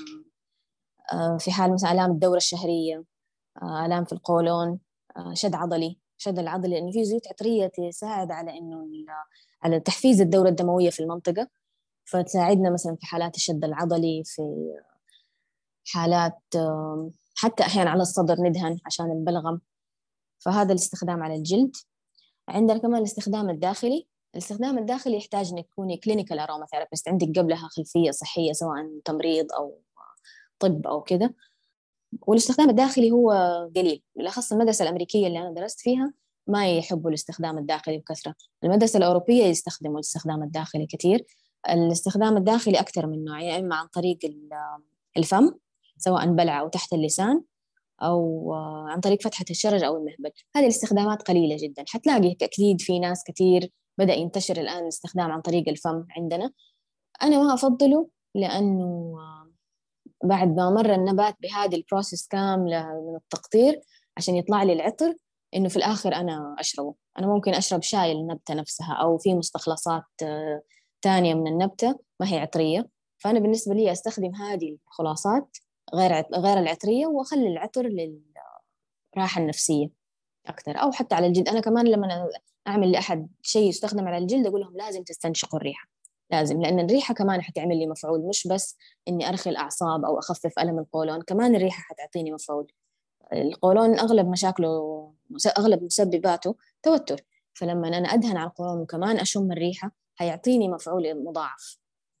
في حال مثلا آلام الدورة الشهرية، آلام في القولون، شد عضلي. شد العضلي لأنه في زيوت عطرية تساعد على إنه على تحفيز الدورة الدموية في المنطقة، فتساعدنا مثلا في حالات الشد العضلي، في حالات حتى أحيانا على الصدر ندهن عشان البلغم. فهذا الاستخدام على الجلد. عندنا كمان الاستخدام الداخلي. الاستخدام الداخلي يحتاج إنك تكوني كلينيكال أروما ثيرابيست، عندك قبلها خلفية صحية سواء تمريض أو طب أو كده. والاستخدام الداخلي هو قليل، بالأخص المدرسة الأمريكية اللي أنا درست فيها ما يحبوا الاستخدام الداخلي بكثرة. المدرسة الأوروبية يستخدموا الاستخدام الداخلي كثير. الاستخدام الداخلي أكثر من نوع، يا إما عن طريق الفم سواء بلع أو تحت اللسان، أو عن طريق فتحة الشرج أو المهبل. هذه الاستخدامات قليلة جدا. حتلاقي أكيد في ناس كثير بدأ ينتشر الآن الاستخدام عن طريق الفم عندنا. أنا ما أفضله، لأنه بعد ما مر النبات بهذه البروسيس كاملة من التقطير عشان يطلع لي العطر، إنه في الآخر أنا أشربه. أنا ممكن أشرب شاي النبتة نفسها أو في مستخلصات تانية من النبتة ما هي عطرية. فأنا بالنسبة لي أستخدم هذه الخلاصات غير غير العطرية، وأخلي العطر للراحة النفسية أكثر. أو حتى على الجلد، أنا كمان لما أعمل لأحد شيء يستخدم على الجلد أقول لهم لازم تستنشقوا الريحة، لازم، لأن الريحة كمان حتعمل لي مفعول، مش بس إني أرخي الأعصاب أو أخفف ألم القولون، كمان الريحة حتعطيني مفعول. القولون أغلب مشاكله، أغلب مسبباته توتر، فلما أنا أدهن على القولون وكمان أشم الريحة هيعطيني مفعول مضاعف.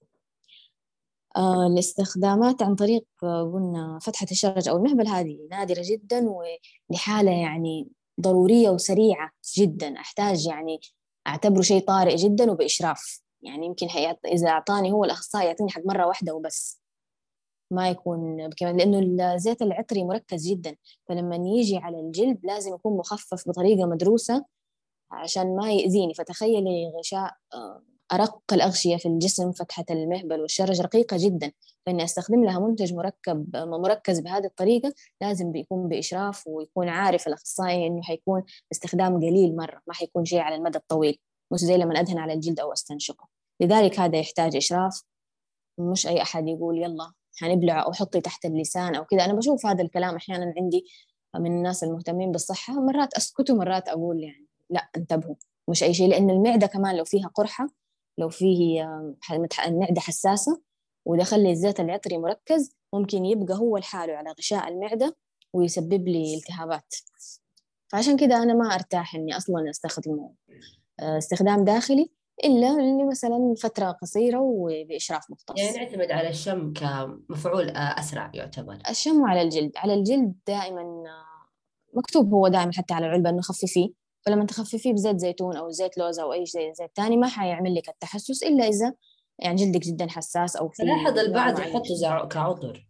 آه الاستخدامات عن طريق آه قلنا فتحة الشرج أو المهبل هذه نادرة جدا، ولحالة يعني ضرورية وسريعة جدا، أحتاج يعني أعتبره شيء طارئ جدا وبإشراف. يعني يمكن إذا أعطاني هو الأخصائي يعطيني حق مرة واحدة وبس، ما يكون بكمان، لأنه الزيت العطري مركز جدا، فلما يجي على الجلد لازم يكون مخفف بطريقة مدروسة عشان ما يأذيني. فتخيلي غشاء أرق الأغشية في الجسم، فتحة المهبل والشرج رقيقة جدا، فإني أستخدم لها منتج مركب مركز بهذه الطريقة لازم بيكون بإشراف، ويكون عارف الأخصائي إنه حيكون استخدام قليل مرة، ما حيكون شيء على المدى الطويل، مش زي لما أدهن على الجلد أو أستنشقه. لذلك هذا يحتاج إشراف، مش أي أحد يقول يلا هنبلع أو حطي تحت اللسان أو كذا. أنا بشوف هذا الكلام أحيانا عندي من الناس المهتمين بالصحة، مرات أسكت ومرات أقول يعني لا انتبهوا، مش أي شيء، لأن المعدة كمان لو فيها قرحة، لو فيه المعدة حساسة ودخل لي الزيت العطري مركز، ممكن يبقى هو الحاله على غشاء المعدة ويسبب لي التهابات. فعشان كده أنا ما أرتاح إني أصلا أستخدمه استخدام داخلي إلا اللي مثلا فترة قصيرة وبإشراف مختص.
يعني نعتمد على الشم كمفعول أسرع يعتبر.
الشم على الجلد، على الجلد دائما مكتوب هو دائما حتى على العلبة إنه خففيه، فلما تخففيه بزيت زيتون أو زيت لوز أو أي شيء زيت تاني ما حيعمل لك التحسس، إلا إذا يعني جلدك جدا حساس أو في
لاحظ
نوع
البعض
معين.
يحطوا كعطر،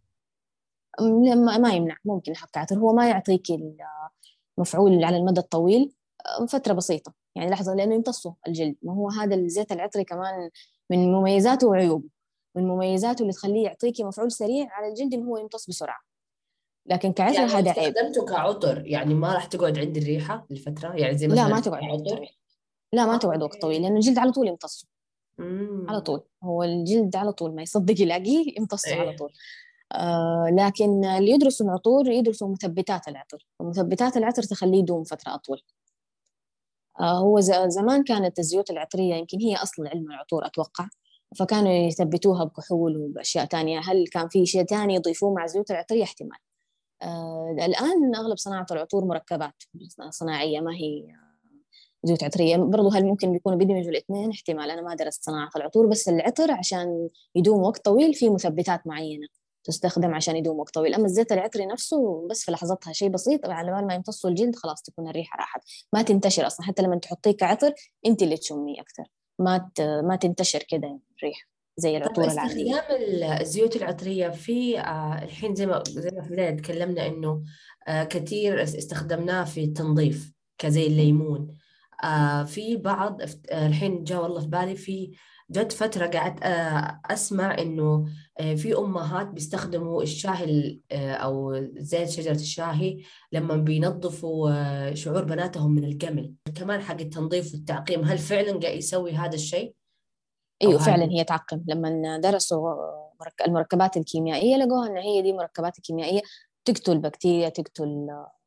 ما يمنع، ممكن نحط كعطر، هو ما يعطيك المفعول على المدى الطويل، فترة بسيطة يعني لحظة، لأنه يمتصه الجلد. ما هو هذا الزيت العطري كمان من مميزاته وعيوبه، من مميزاته اللي تخليه يعطيكي مفعول سريع على الجلد إنه هو يمتص بسرعة، لكن كعطر
يعني
هذا عيب.
استخدمته كعطر يعني ما راح تقعد عندي الريحة لفترة، يعني زي
لا ما
مثلا
تقعد وقت
عطر.
طويل، لا ما تقعد وقت طويل، لأنه الجلد على طول يمتصه. على طول هو الجلد على طول ما يصدق يلاقيه يمتصه على
ايه.
طول. آه لكن اللي يدرسوا العطور يدرسوا مثبتات العطر، ومثبتات العطر تخليه يدوم فترة أطول. آه، هو ز- زمان كانت الزيوت العطرية يمكن هي أصل علم العطور أتوقع، فكانوا يثبتوها بكحول وبأشياء تانية. هل كان في شيء تاني يضيفوه مع الزيوت العطرية؟ احتمال. آه، الآن أغلب صناعة العطور مركبات صناعية، ما هي زيوت عطرية. برضو هل ممكن بيكونوا بيدمجوا الاثنين؟ احتمال. أنا ما درست صناعة العطور، بس العطر عشان يدوم وقت طويل في مثبتات معينة تستخدم عشان يدوم وقت طويل. أما الزيت العطري نفسه بس في لحظتها شيء بسيط، على بال ما يمتصوا الجلد خلاص تكون الريحة راحت، ما تنتشر أصلا. حتى لما تحطيه كعطر أنت اللي تشميه أكثر، ما ت... ما تنتشر كده الريحة زي
طب
العطور العادية.
استخدام ال- الزيوت العطرية في آه، الحين زي ما زي ما في البداية تكلمنا إنه آه، كثير اس- استخدمناه في التنظيف كزي الليمون. آه، في بعض افت- آه، الحين جاء والله في بالي، في جت فترة قعدت آه، أسمع إنه آه، في أمهات بيستخدموا الشاي ال- آه، أو زيت شجرة الشاهي لما بينظفوا آه، شعور بناتهم من القمل، كمان حق التنظيف والتعقيم. هل فعلا قاعد يسوي هذا الشيء أو
ايوه فعلا
هذه؟
هي تعقم. لما درسوا مرك- المركبات الكيميائيه لقوها ان هي دي مركبات الكيميائيه تقتل بكتيريا، تقتل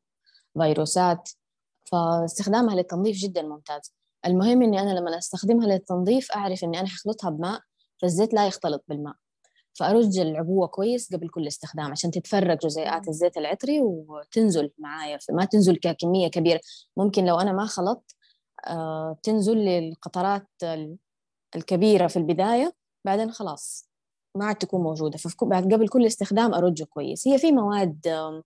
فيروسات، فاستخدامها للتنظيف جدا ممتاز. المهم اني انا لما استخدمها للتنظيف اعرف اني انا حخلطها بماء، فالزيت لا يختلط بالماء، فارج العبوه كويس قبل كل استخدام عشان تتفرق جزيئات الزيت العطري وتنزل معايا، ما تنزل كميه كبيره. ممكن لو انا ما خلطت آه، تنزل للقطرات الكبيرة في البداية، بعدين خلاص ما عاد تكون موجودة. فبعد قبل كل استخدام أرجه كويس. هي في مواد آم،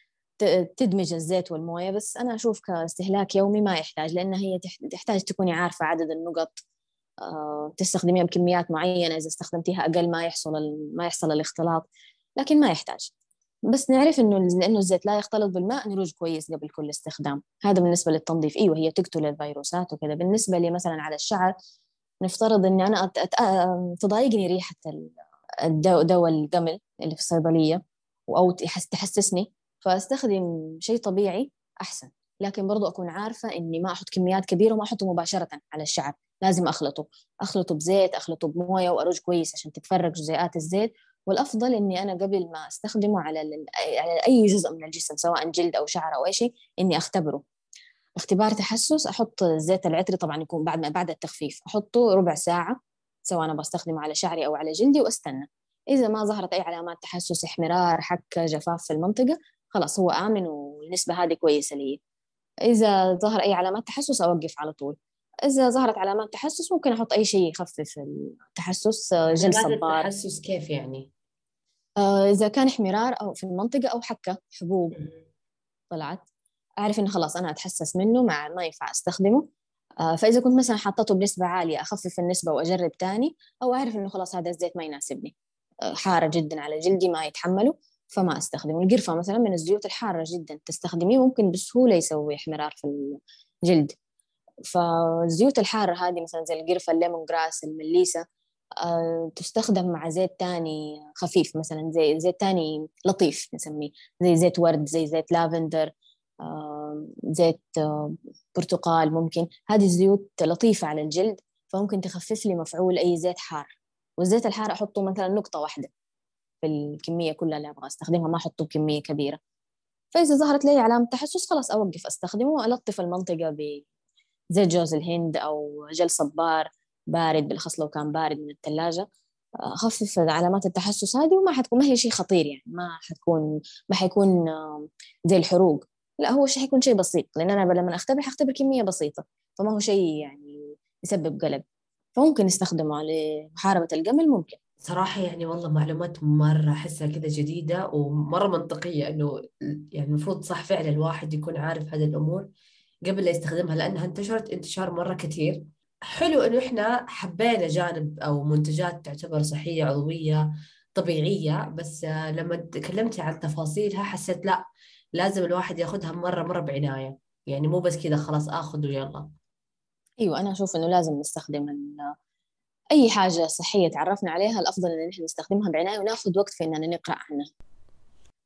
ت- تدمج الزيت والموية، بس أنا أشوف كاستهلاك يومي ما يحتاج، لأن هي تح- تحتاج تكوني عارفة عدد النقط، آه، تستخدميها بكميات معينة. إذا استخدمتيها أقل ما يحصل ال- ما يحصل الاختلاط، لكن ما يحتاج. بس نعرف إنه لأنه الزيت لا يختلط بالماء نرج كويس قبل كل استخدام. هذا بالنسبة للتنظيف. أيوة هي تقتل الفيروسات وكذا. بالنسبة لي مثلا على الشعر، نفترض اني انا أت... أت... آه، تضايقني ريحه الدواء، دواء القمل اللي في الصيدليه، او تحس... تحسسني، فاستخدم شيء طبيعي احسن. لكن برضو اكون عارفه اني ما احط كميات كبيره وما احطه مباشره على الشعر، لازم اخلطه اخلطه بزيت، اخلطه بمويه وارج كويس عشان تتفرق جزيئات الزيت. والافضل اني انا قبل ما استخدمه على ال... على اي جزء من الجسم سواء جلد او شعر او اي شيء، اني اختبره اختبار تحسس. احط الزيت العطري طبعا يكون بعد ما بعد التخفيف، احطه ربع ساعه سواء انا بستخدمه على شعري او على جلدي، واستنى. اذا ما ظهرت اي علامات تحسس، احمرار، حكه، جفاف في المنطقه، خلاص هو امن والنسبه هذه كويسه لي. اذا ظهر اي علامات تحسس اوقف على طول. اذا ظهرت علامات تحسس ممكن احط اي شيء يخفف التحسس، آه، جل
علامات
صبار.
التحسس كيف يعني؟
آه، اذا كان احمرار او في المنطقه او حكه حبوب طلعت، أعرف إنه خلاص أنا أتحسس منه، مع ما ينفع أستخدمه. آه، فإذا كنت مثلا حطيته بنسبة عالية أخفف النسبة وأجرب تاني، أو أعرف إنه خلاص هذا الزيت ما يناسبني، آه، حارة جدا على جلدي ما يتحمله، فما أستخدمه. القرفة مثلا من الزيوت الحارة جدا، تستخدميه ممكن بسهولة يسوي احمرار في الجلد. فالزيوت الحارة هذه مثلا زي القرفة، الليمون جراس، المليسة، آه، تستخدم مع زيت تاني خفيف، مثلا زي زيت تاني لطيف نسميه، زي زيت ورد، زي زيت لافندر، آه، زيت آه، برتقال. ممكن هذه الزيوت لطيفة على الجلد، فممكن تخفف لي مفعول أي زيت حار. والزيت الحار أحطه مثلا نقطة واحدة في الكمية كلها اللي أبغى أستخدمها، ما أحطه بكمية كبيرة. فإذا ظهرت لي علامة تحسس خلاص أوقف أستخدمه وألطف المنطقة بزيت جوز الهند أو جل صبار بارد، بالأخص لو كان بارد من الثلاجة. أخفف علامات التحسس هذه، وما حتكون ما هي شيء خطير يعني، ما حتكون ما حيكون آه، زي الحروق. لا هو شيء حيكون شيء بسيط، لأن أنا لما أختبر حختبر كمية بسيطة، فما هو شيء يعني يسبب قلق. فممكن نستخدمه لمحاربة القمل ممكن.
صراحة يعني والله معلومات مرة أحسها كذا جديدة ومرة منطقية، إنه يعني المفروض صح فعلا الواحد يكون عارف هذه الأمور قبل لا يستخدمها، لأنها انتشرت انتشار مرة كثير. حلو إنه إحنا حبينا جانب أو منتجات تعتبر صحية عضوية طبيعية، بس آه، لما تكلمتي عن تفاصيلها حسيت لا، لازم الواحد ياخدها مرة مرة بعناية، يعني مو بس كذا خلاص آخذ ويلا.
أيوة أنا أشوف إنه لازم نستخدم ال- أي حاجة صحية تعرفنا عليها، الأفضل إن نحن نستخدمها بعناية وناخذ وقت في إننا نقرأ عنها.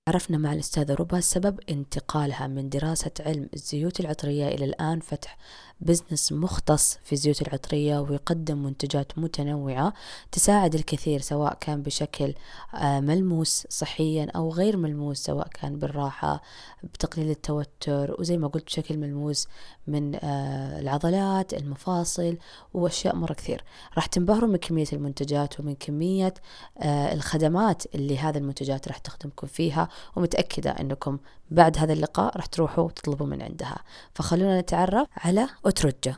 عرفنا مع الأستاذة ربى سبب انتقالها من دراسة علم الزيوت العطرية إلى الآن فتح بزنس مختص في الزيوت العطرية، ويقدم منتجات متنوعة تساعد الكثير، سواء كان بشكل ملموس صحيا أو غير ملموس، سواء كان بالراحة، بتقليل التوتر، وزي ما قلت بشكل ملموس من العضلات، المفاصل، وأشياء مرة كثير. راح تنبهروا من كمية المنتجات ومن كمية الخدمات اللي هذه المنتجات راح تخدمكم فيها، ومتأكدة أنكم بعد هذا اللقاء راح تروحوا وتطلبوا من عندها. فخلونا نتعرف على أترجة.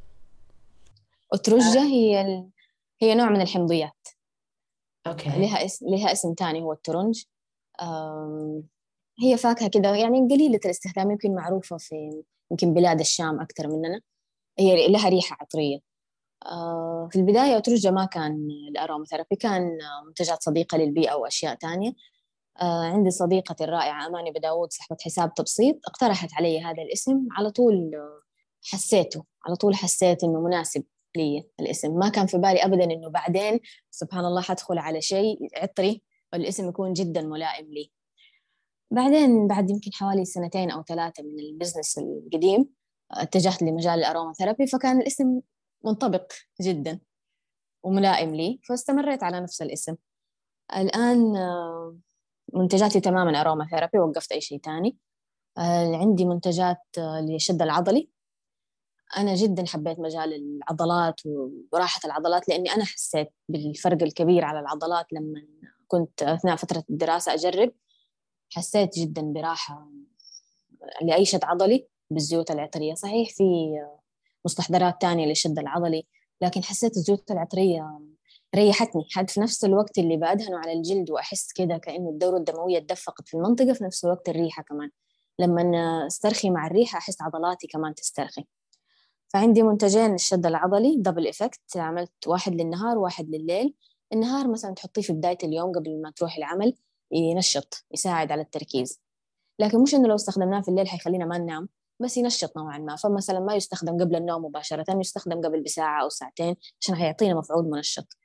أترجة هي ال... هي نوع من الحمضيات.
أوكي.
لها اسم لها اسم تاني هو الترنج. أم... هي فاكهة كده يعني قليلة الاستخدام، يمكن معروفة في يمكن بلاد الشام أكثر مننا. هي لها ريحة عطرية. أه في البداية أترجة ما كان الأروما ثيرابي، كان منتجات صديقة للبيئة وأشياء تانية. آه عندي صديقتي الرائعة أماني بداود صاحبة حساب تبسيط اقترحت علي هذا الاسم، على طول حسيته على طول حسيت إنه مناسب لي الاسم. ما كان في بالي أبدا إنه بعدين سبحان الله حدخل على شيء عطري والاسم يكون جدا ملائم لي. بعدين بعد يمكن حوالي سنتين أو ثلاثة من البزنس القديم اتجهت لمجال الأروما ثيرابي، فكان الاسم منطبق جدا وملائم لي، فاستمريت على نفس الاسم. الآن منتجاتي تماما أروما ثيرابي، وقفت أي شيء تاني. آه عندي منتجات آه للشد العضلي. أنا جدا حبيت مجال العضلات وراحة العضلات، لأني أنا حسيت بالفرق الكبير على العضلات لما كنت أثناء فترة الدراسة أجرب. حسيت جدا براحة لأي شد عضلي بالزيوت العطرية. صحيح في مستحضرات تانية للشد العضلي، لكن حسيت الزيوت العطرية ريحتني. حد في نفس الوقت اللي بأدهنه على الجلد وأحس كده كأنه الدورة الدموية اتدفقت في المنطقة، في نفس الوقت الريحة كمان لما استرخي مع الريحة أحس عضلاتي كمان تسترخي. فعندي منتجين للشد العضلي دبل إفكت، عملت واحد للنهار وواحد لليل. النهار مثلا تحطيه في بداية اليوم قبل ما تروح العمل، ينشط يساعد على التركيز، لكن مش إنه لو استخدمناه في الليل حيخلينا ما ننام، بس ينشط نوعا ما. فمثلا ما يستخدم قبل النوم مباشرة، يستخدم قبل بساعة أو ساعتين عشان هيعطينا مفعول منشط.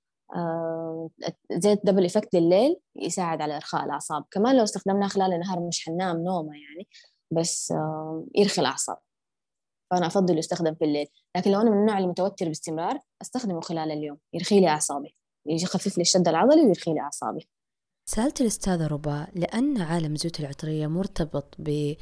آه زيت دبل إفكت لليل يساعد على إرخاء الأعصاب. كمان لو استخدمناه خلال النهار مش حنام نومة يعني، بس آه يرخي الأعصاب، فأنا أفضل يستخدم في الليل. لكن لو أنا من النوع المتوتر باستمرار أستخدمه خلال اليوم، يرخي لي أعصابي، يخفف لي الشد العضلي ويرخي لي أعصابي.
سألت الأستاذة ربى لأن عالم الزيوت العطرية مرتبط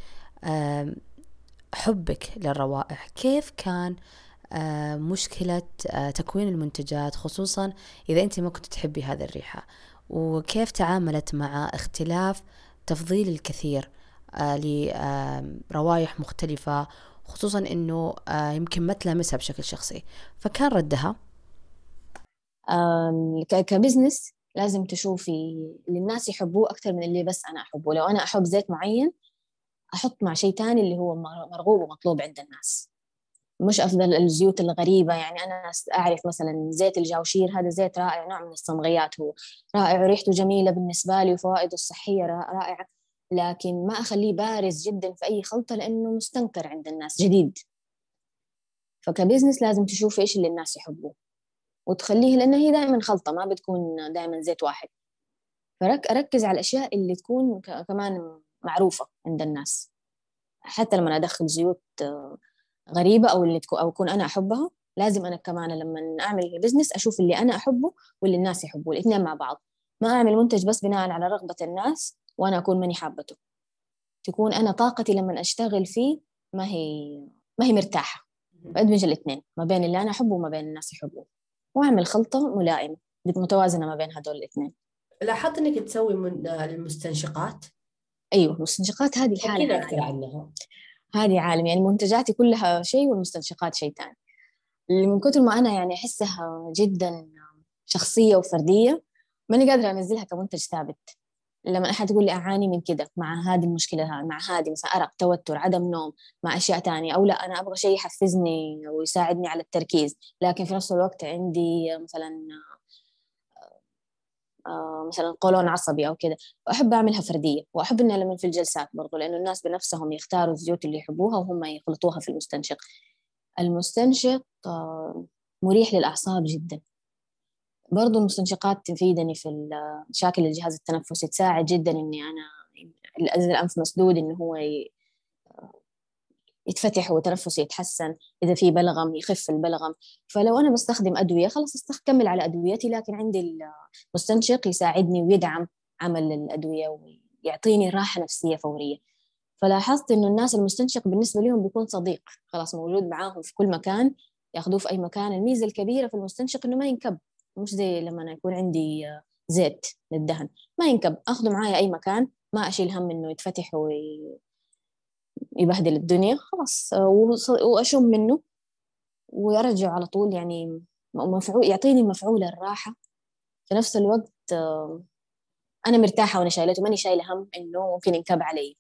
بحبك للروائح، كيف كان مشكلة تكوين المنتجات، خصوصا إذا أنت ما كنت تحبي هذه الريحة، وكيف تعاملت مع اختلاف تفضيل الكثير لروائح مختلفة، خصوصا أنه يمكن ما تلامسها بشكل شخصي، فكان ردها؟
كبزنس لازم تشوفي اللي الناس يحبوه أكثر من اللي بس أنا أحبه. لو أنا أحب زيت معين أحط مع شيء تاني اللي هو مرغوب ومطلوب عند الناس، مش أفضل الزيوت الغريبة. يعني أنا أعرف مثلا زيت الجاوشير، هذا زيت رائع، نوع من الصمغيات، هو رائع وريحته جميلة بالنسبة لي وفوائده الصحية رائعة، لكن ما أخليه بارز جدا في أي خلطة لأنه مستنكر عند الناس، جديد. فكبزنس لازم تشوف إيش اللي الناس يحبوه وتخليه، لأنه هي دائما خلطة، ما بتكون دائما زيت واحد. فركز على الأشياء اللي تكون كمان معروفة عند الناس. حتى لما أدخل زيوت غريبة أو اللي تكون أو أكون أنا أحبها، لازم أنا كمان لما أعمل بزنس أشوف اللي أنا أحبه واللي الناس يحبوه، الاثنين مع بعض. ما أعمل منتج بس بناء على رغبة الناس وأنا أكون ماني حابته. تكون أنا طاقتي لما أشتغل فيه ما هي ما هي مرتاحة، فأدمج الاثنين ما بين اللي أنا أحبه وما بين الناس يحبوه، وأعمل خلطة ملائمة متوازنة ما بين هدول الاثنين.
لاحظت إنك تسوي من المستنشقات.
أيوة، المستنشقات هذه الحالة
حكينا أكثر عنها.
هذه عالم، يعني منتجاتي كلها شيء والمستنشقات شيء تاني. اللي من كتر ما أنا يعني أحسها جدا شخصية وفردية ماني قادرة أنزلها كمنتج ثابت. لما أحد يقول لي أعاني من كده مع هذه المشكلة، مع هذه مثلا أرق، توتر، عدم نوم، مع أشياء تانية، أو لا أنا أبغى شيء يحفزني ويساعدني على التركيز، لكن في نفس الوقت عندي مثلا آه مثلا قولون عصبي أو كده، وأحب أعملها فردية. وأحب إنها لما في الجلسات برضو، لأنه الناس بنفسهم يختاروا الزيوت اللي يحبوها وهم يخلطوها في المستنشق. المستنشق آه مريح للأعصاب جدا. برضو المستنشقات تفيدني في مشاكل الجهاز التنفسي، تساعد جدا إني أنا الأنف مسدود إنه هو يتفتح وتنفسه يتحسن، إذا في بلغم يخف البلغم. فلو أنا بستخدم أدوية خلاص أستكمل على أدويتي، لكن عندي المستنشق يساعدني ويدعم عمل الأدوية ويعطيني راحة نفسية فورية. فلاحظت إنه الناس المستنشق بالنسبة لهم بيكون صديق، خلاص موجود معاهم في كل مكان، ياخدوه في أي مكان. الميزة الكبيرة في المستنشق إنه ما ينكب، مش زي لما أنا يكون عندي زيت للدهن، ما ينكب، أخذه معايا أي مكان، ما أشيل هم إنه يتفتح ويبهدل الدنيا، خلاص وأشم منه وأرجع على طول. يعني مفعول، يعطيني مفعول الراحة في نفس الوقت. أنا مرتاحة وأنا شايلته، ماني شايلة هم إنه ممكن ينكب علي.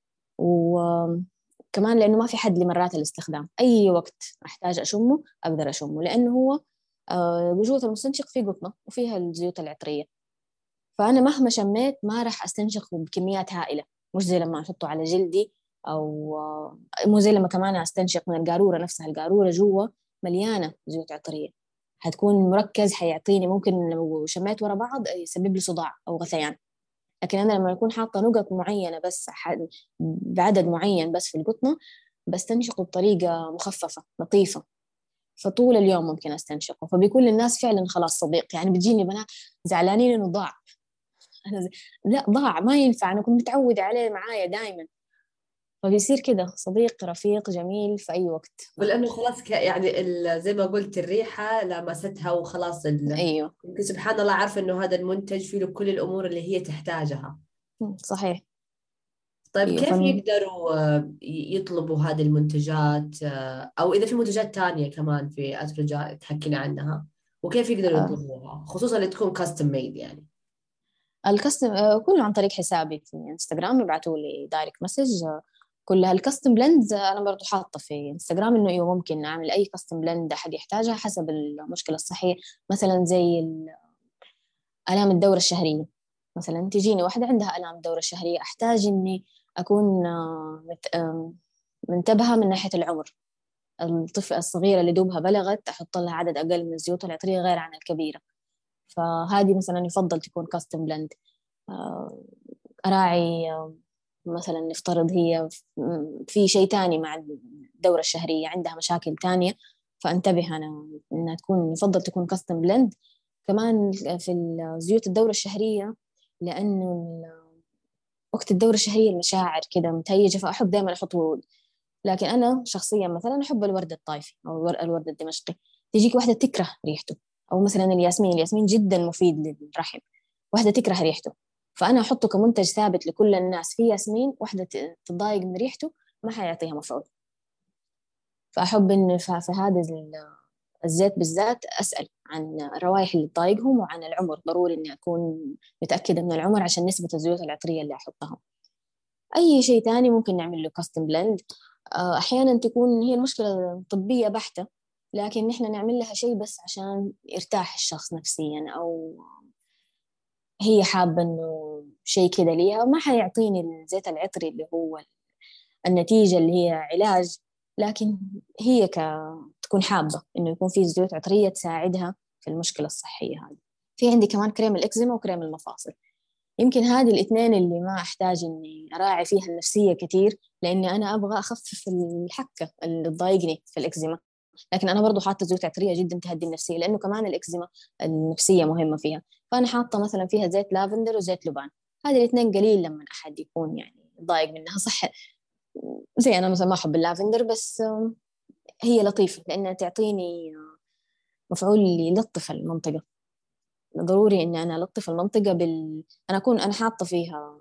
وكمان لأنه ما في حد لمرات الاستخدام، أي وقت أحتاج أشمه أقدر أشمه، لأنه هو جوة المستنشق فيه قطنة وفيها الزيوت العطرية، فأنا مهما شميت ما راح أستنشق بكميات هائلة، مش زي لما أحطه على جلدي، أو مو زي لما كمان أستنشق من القارورة نفسها. القارورة جوا مليانة زيوت عطرية، هتكون مركز، حيعطيني ممكن لو شميت ورا بعض يسبب لي صداع أو غثيان. لكن أنا لما يكون حاطة نقط معينة بس بعدد معين بس في القطنة، بستنشق بطريقة مخففة لطيفة، فطول اليوم ممكن أستنشقه. فبيكون للناس فعلا خلاص صديق. يعني بتجيني بنات زعلانين إنه ضاع، أنا زي... لا ضاع، ما ينفع، أنا كنت متعودة عليه معايا دايما. فبيصير كده صديق رفيق جميل في أي وقت.
ولأنه خلاص ك... يعني ال... زي ما قلت الريحة لمستها وخلاص ال...
أيوه
يمكن سبحان الله عارفة إنه هذا المنتج فيه له كل الأمور اللي هي تحتاجها.
صحيح.
طيب
أيوه
كيف
فن...
يقدروا آه، يطلبوا هذه المنتجات، آه، أو إذا في منتجات تانية كمان في أترجا تحكينا عنها، وكيف يقدروا
آه.
يطلبوها خصوصا اللي تكون كاستم ميد يعني؟
الكاستم آه كله عن طريق حسابي في انستغرام، يبعتوا لي دايركت مسج. آه كلها الكاستم بلندز أنا برضو حاطة في انستغرام إنه إيوه ممكن أعمل أي كاستم بلند أحد يحتاجها حسب المشكلة الصحية. مثلا زي آلام الدورة الشهرية، مثلا تجيني واحدة عندها آلام الدورة الشهرية، أحتاج إني أكون آه مت... آه منتبهة من ناحية العمر. الطفلة الصغيرة اللي دوبها بلغت أحط لها عدد أقل من الزيوت العطرية غير عن الكبيرة، فهذه مثلا يفضل تكون كاستم بلند. أراعي مثلا نفترض هي في شيء تاني مع الدورة الشهرية، عندها مشاكل تانية، فانتبه أنا إنها تكون، يفضل تكون كاستم بلند. كمان في زيوت الدورة الشهرية، لأنه وقت الدورة الشهرية المشاعر كده متهيجة، فأحب دائما أحط ورود. لكن أنا شخصيا مثلا أحب الورد الطايفي أو الورد الدمشقي. تجيك واحدة تكره ريحته، أو مثلا الياسمين، الياسمين جدا مفيد للرحم، واحدة تكره ريحته، فأنا أحطه كمنتج ثابت لكل الناس. في ياسمين واحدة تتضايق من ريحته ما حيعطيها مفعول، فأحب إن في هذا الزيت بالذات أسأل عن الروائح اللي تضايقهم وعن العمر، ضروري إني أكون متأكدة من العمر عشان نسبة الزيوت العطرية اللي أحطها. أي شيء تاني ممكن نعمل له كاستم بلند. أحيانا تكون هي المشكلة طبية بحتة، لكن نحن نعمل لها شيء بس عشان يرتاح الشخص نفسيا، أو هي حابة إنه شيء كده ليها، ما حيعطيني الزيت العطري اللي هو النتيجة اللي هي علاج، لكن هي ك... تكون حابة إنه يكون في زيوت عطرية تساعدها في المشكلة الصحية هذه. في عندي كمان كريم الإكزيما وكريم المفاصل، يمكن هذه الاثنين اللي ما أحتاج إني أراعي فيها النفسية كتير، لأني أنا أبغى أخفف الحكة اللي تضايقني في الإكزيما. لكن أنا برضو حاطة زيوت عطرية جدا تهدي النفسية، لأنه كمان الإكزيما النفسية مهمة فيها. فأنا حاطة مثلا فيها زيت لافندر وزيت لبان، هذه الاثنين قليل لما أحد يكون يعني ضايق منها. صح زي أنا مثلا ما أحب اللافندر، بس هي لطيفة لأنها تعطيني مفعول يلطف المنطقة. ضروري إني أنا ألطف المنطقة بال أنا أكون أنا حاطة فيها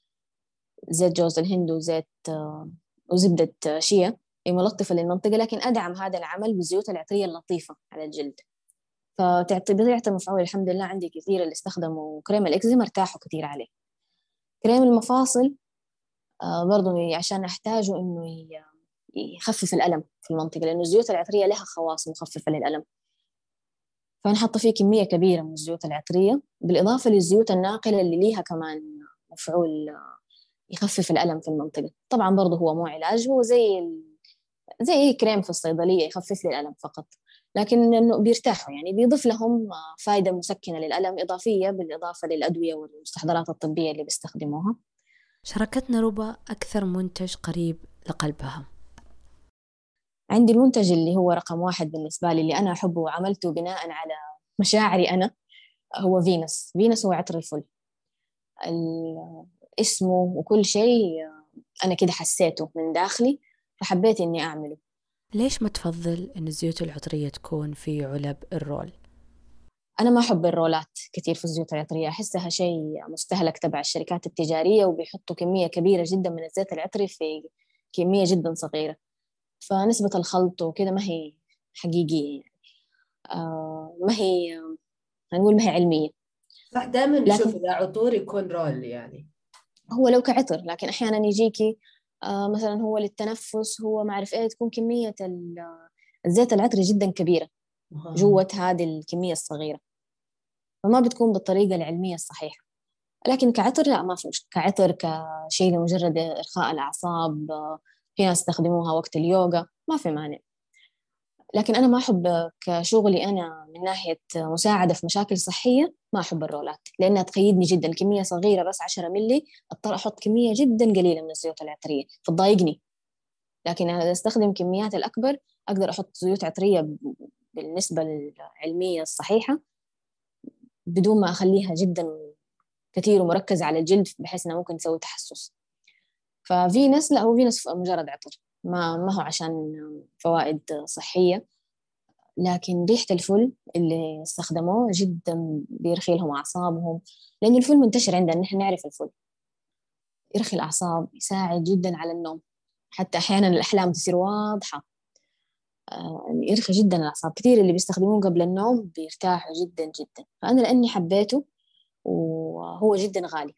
زيت جوز الهند وزيت وزبدة شيا، هي ملطفة للمنطقة، لكن أدعم هذا العمل بالزيوت العطرية اللطيفة على الجلد، فتعطي بتعطي مفعول. الحمد لله عندي كثير اللي استخدموا كريم الإكزيما ارتاحوا كثير عليه. كريم المفاصل آه برضو عشان أحتاجه إنه يخفف الألم في المنطقة، لأنه الزيوت العطرية لها خواص مخففة للألم، فأنا حاطة فيه كمية كبيرة من الزيوت العطرية، بالإضافة للزيوت الناقلة اللي ليها كمان مفعول يخفف الألم في المنطقة. طبعا برضه هو مو علاج، هو زي ال... زي أي كريم في الصيدلية يخفف لي الألم فقط، لكن إنه بيرتاحوا، يعني بيضيف لهم فائدة مسكنة للألم إضافية بالإضافة للأدوية والمستحضرات الطبية اللي بيستخدموها.
شاركتنا ربا أكثر منتج قريب لقلبها.
عندي المنتج اللي هو رقم واحد بالنسبة لي، اللي أنا أحبه وعملته بناء على مشاعري أنا، هو فينوس. فينوس هو عطر الفل، اسمه وكل شيء أنا كده حسيته من داخلي، فحبيت إني أعمله.
ليش ما تفضل إن الزيوت العطرية تكون في علب الرول؟
أنا ما أحب الرولات كتير في الزيوت العطرية، أحسها شيء مستهلك تبع الشركات التجارية، وبيحطوا كمية كبيرة جدا من الزيت العطري في كمية جدا صغيرة، فنسبة الخلط وكده ما هي حقيقية يعني. آه ما هي هنقول ما هي علمية.
صح، دائما نشوف
لكن
إذا عطور يكون رول يعني.
هو لو كعطر، لكن أحيانا يجيكي آه مثلا هو للتنفس، هو ما أعرف إيه، تكون كمية الزيت العطري جدا كبيرة جوة هذه الكمية الصغيرة، فما بتكون بالطريقة العلمية الصحيحة. لكن كعطر لا، ما في مشكلة. كعطر كشيء لمجرد إرخاء الأعصاب، في ناس يستخدموها وقت اليوغا، ما في مانع. لكن أنا ما أحب كشغلي أنا من ناحية مساعدة في مشاكل صحية، ما أحب الرولات لأنها تقيدني جدا. كمية صغيرة بس عشرة ملي، أضطر أحط كمية جدا قليلة من الزيوت العطرية فتضايقني. لكن أنا أستخدم كميات الأكبر، أقدر أحط زيوت عطرية بالنسبة العلمية الصحيحة بدون ما أخليها جدا كثير ومركز على الجلد بحيث أنها ممكن تسوي تحسس. ففينس لا، هو فينس مجرد عطر، ما ما هو عشان فوائد صحية. لكن ريحة الفل اللي استخدموه جدا بيرخي لهم أعصابهم، لأنه الفل منتشر عندنا، نحن نعرف الفل يرخي الأعصاب، يساعد جدا على النوم، حتى أحيانا الأحلام تصير واضحة. آه يرخي جدا الأعصاب. كثير اللي بيستخدموه قبل النوم بيرتاحوا جدا جدا. فأنا لأني حبيته، وهو جدا غالي،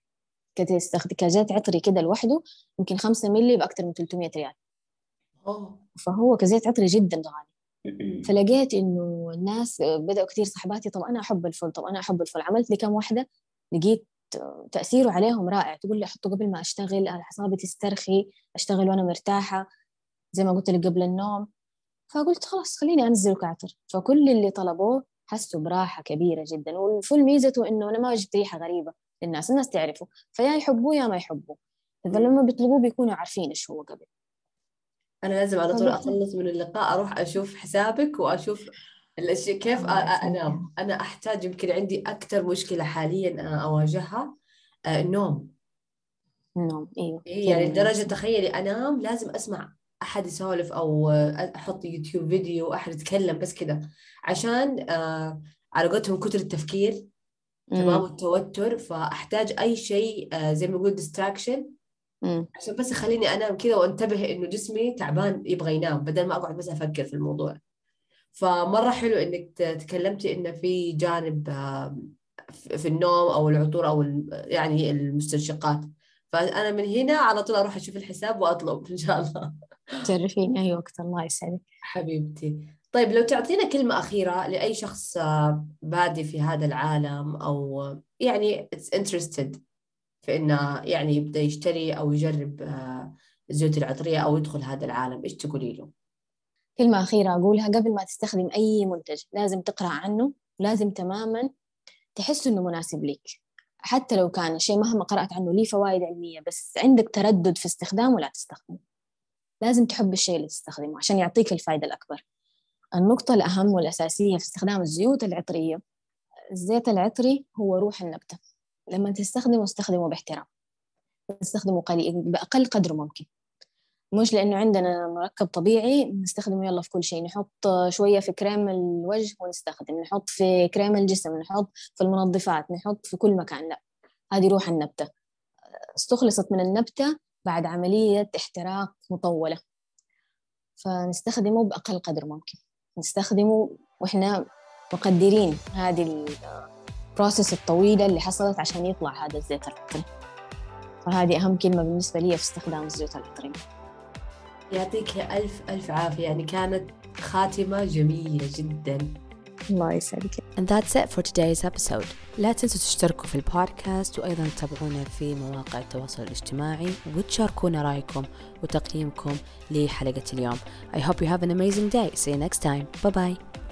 كزيت عطري كده لوحده يمكن خمسة ملي بأكثر من ثلاثمية ريال.
أوه.
فهو كزيت عطري جدا غالي. فلقيت إنه الناس بدأوا كتير صحباتي، طب أنا أحب الفل، طب أنا أحب الفل. عملت لي كم واحدة، لقيت تأثيره عليهم رائع. تقول لي أحطه قبل ما أشتغل، أعصابي تسترخي، أشتغل وأنا مرتاحة زي ما قلت لك قبل النوم. فقلت خلاص خليني أنزله كعطر. فكل اللي طلبوه حسوا براحة كبيرة جدا. والفل ميزته إنه أنا ما جبت ريحة غريبة للناس، الناس تعرفه، فيا يحبوه يا ما يحبوه. فلما بيطلبوه بيكونوا عارفين إيش هو قبل.
أنا لازم على طول
فقلت
أخلص من اللقاء أروح أشوف حسابك وأشوف الأشياء كيف أ-
الله
أ-
يسلمك.
أنام. أنا أحتاج، يمكن عندي أكتر مشكلة حاليا أواجهها آه، النوم.
النوم أيوه
إيه
كثير
يعني
من
لدرجة
الناس.
تخيلي أنام لازم أسمع أحد يسولف أو آه، أحط يوتيوب فيديو أحد يتكلم بس كده، عشان آه على قولتهم كتر التفكير تمام
امم
والتوتر، فأحتاج أي شيء آه زي ما يقول distraction
امم
عشان بس يخليني أنام كذا وانتبه إنه جسمي تعبان يبغى ينام، بدل ما أقعد بس أفكر في الموضوع. فمرة حلو إنك ت- تكلمتي إنه في جانب آه، في في النوم أو العطور أو ال- يعني المستنشقات. فأنا من هنا على طول أروح أشوف الحساب وأطلب إن شاء الله.
تعرفين أي وقت. الله يسعدك.
حبيبتي، طيب لو تعطينا كلمة أخيرة لأي شخص آه، بادي في هذا العالم، أو آه، يعني it's interested في إنه يعني يبدأ يشتري أو يجرب آه، الزيوت العطرية أو يدخل هذا العالم، إيش تقولي له؟
كلمة أخيرة أقولها قبل ما تستخدم أي منتج، لازم تقرأ عنه، لازم تماما تحس إنه مناسب لك. حتى لو كان الشيء مهما قرأت عنه ليه فوائد علمية، بس عندك تردد في استخدامه لا تستخدمه. لازم تحب الشيء اللي تستخدمه عشان يعطيك الفائدة الأكبر. النقطة الأهم والأساسية في استخدام الزيوت العطرية، الزيت العطري هو روح النبتة. لما تستخدمه استخدمه باحترام، تستخدمه قليل بأقل قدر ممكن. مش لأنه عندنا مركب طبيعي نستخدمه يلا في كل شيء. نحط شوية في كريم الوجه ونستخدم، نحط في كريم الجسم، نحط في المنظفات، نحط في كل مكان. لا، هذه روح النبتة، استخلصت من النبتة بعد عملية احتراق مطولة. فنستخدمه بأقل قدر ممكن، نستخدمه وإحنا مقدرين هذه البروسيس الطويلة اللي حصلت عشان يطلع هذا الزيت العطري. فهذه أهم كلمة بالنسبة لي في استخدام الزيوت العطرية.
يعطيك ألف ألف عافية، يعني كانت خاتمة جميلة جدا.
الله يسعدك.
And that's it for today's episode. لا تنسوا تشتركوا في البودكاست، وأيضا تتابعونا في مواقع التواصل الاجتماعي وتشاركونا رأيكم وتقييمكم لحلقة اليوم. I hope you have an amazing day. See you next time. Bye bye.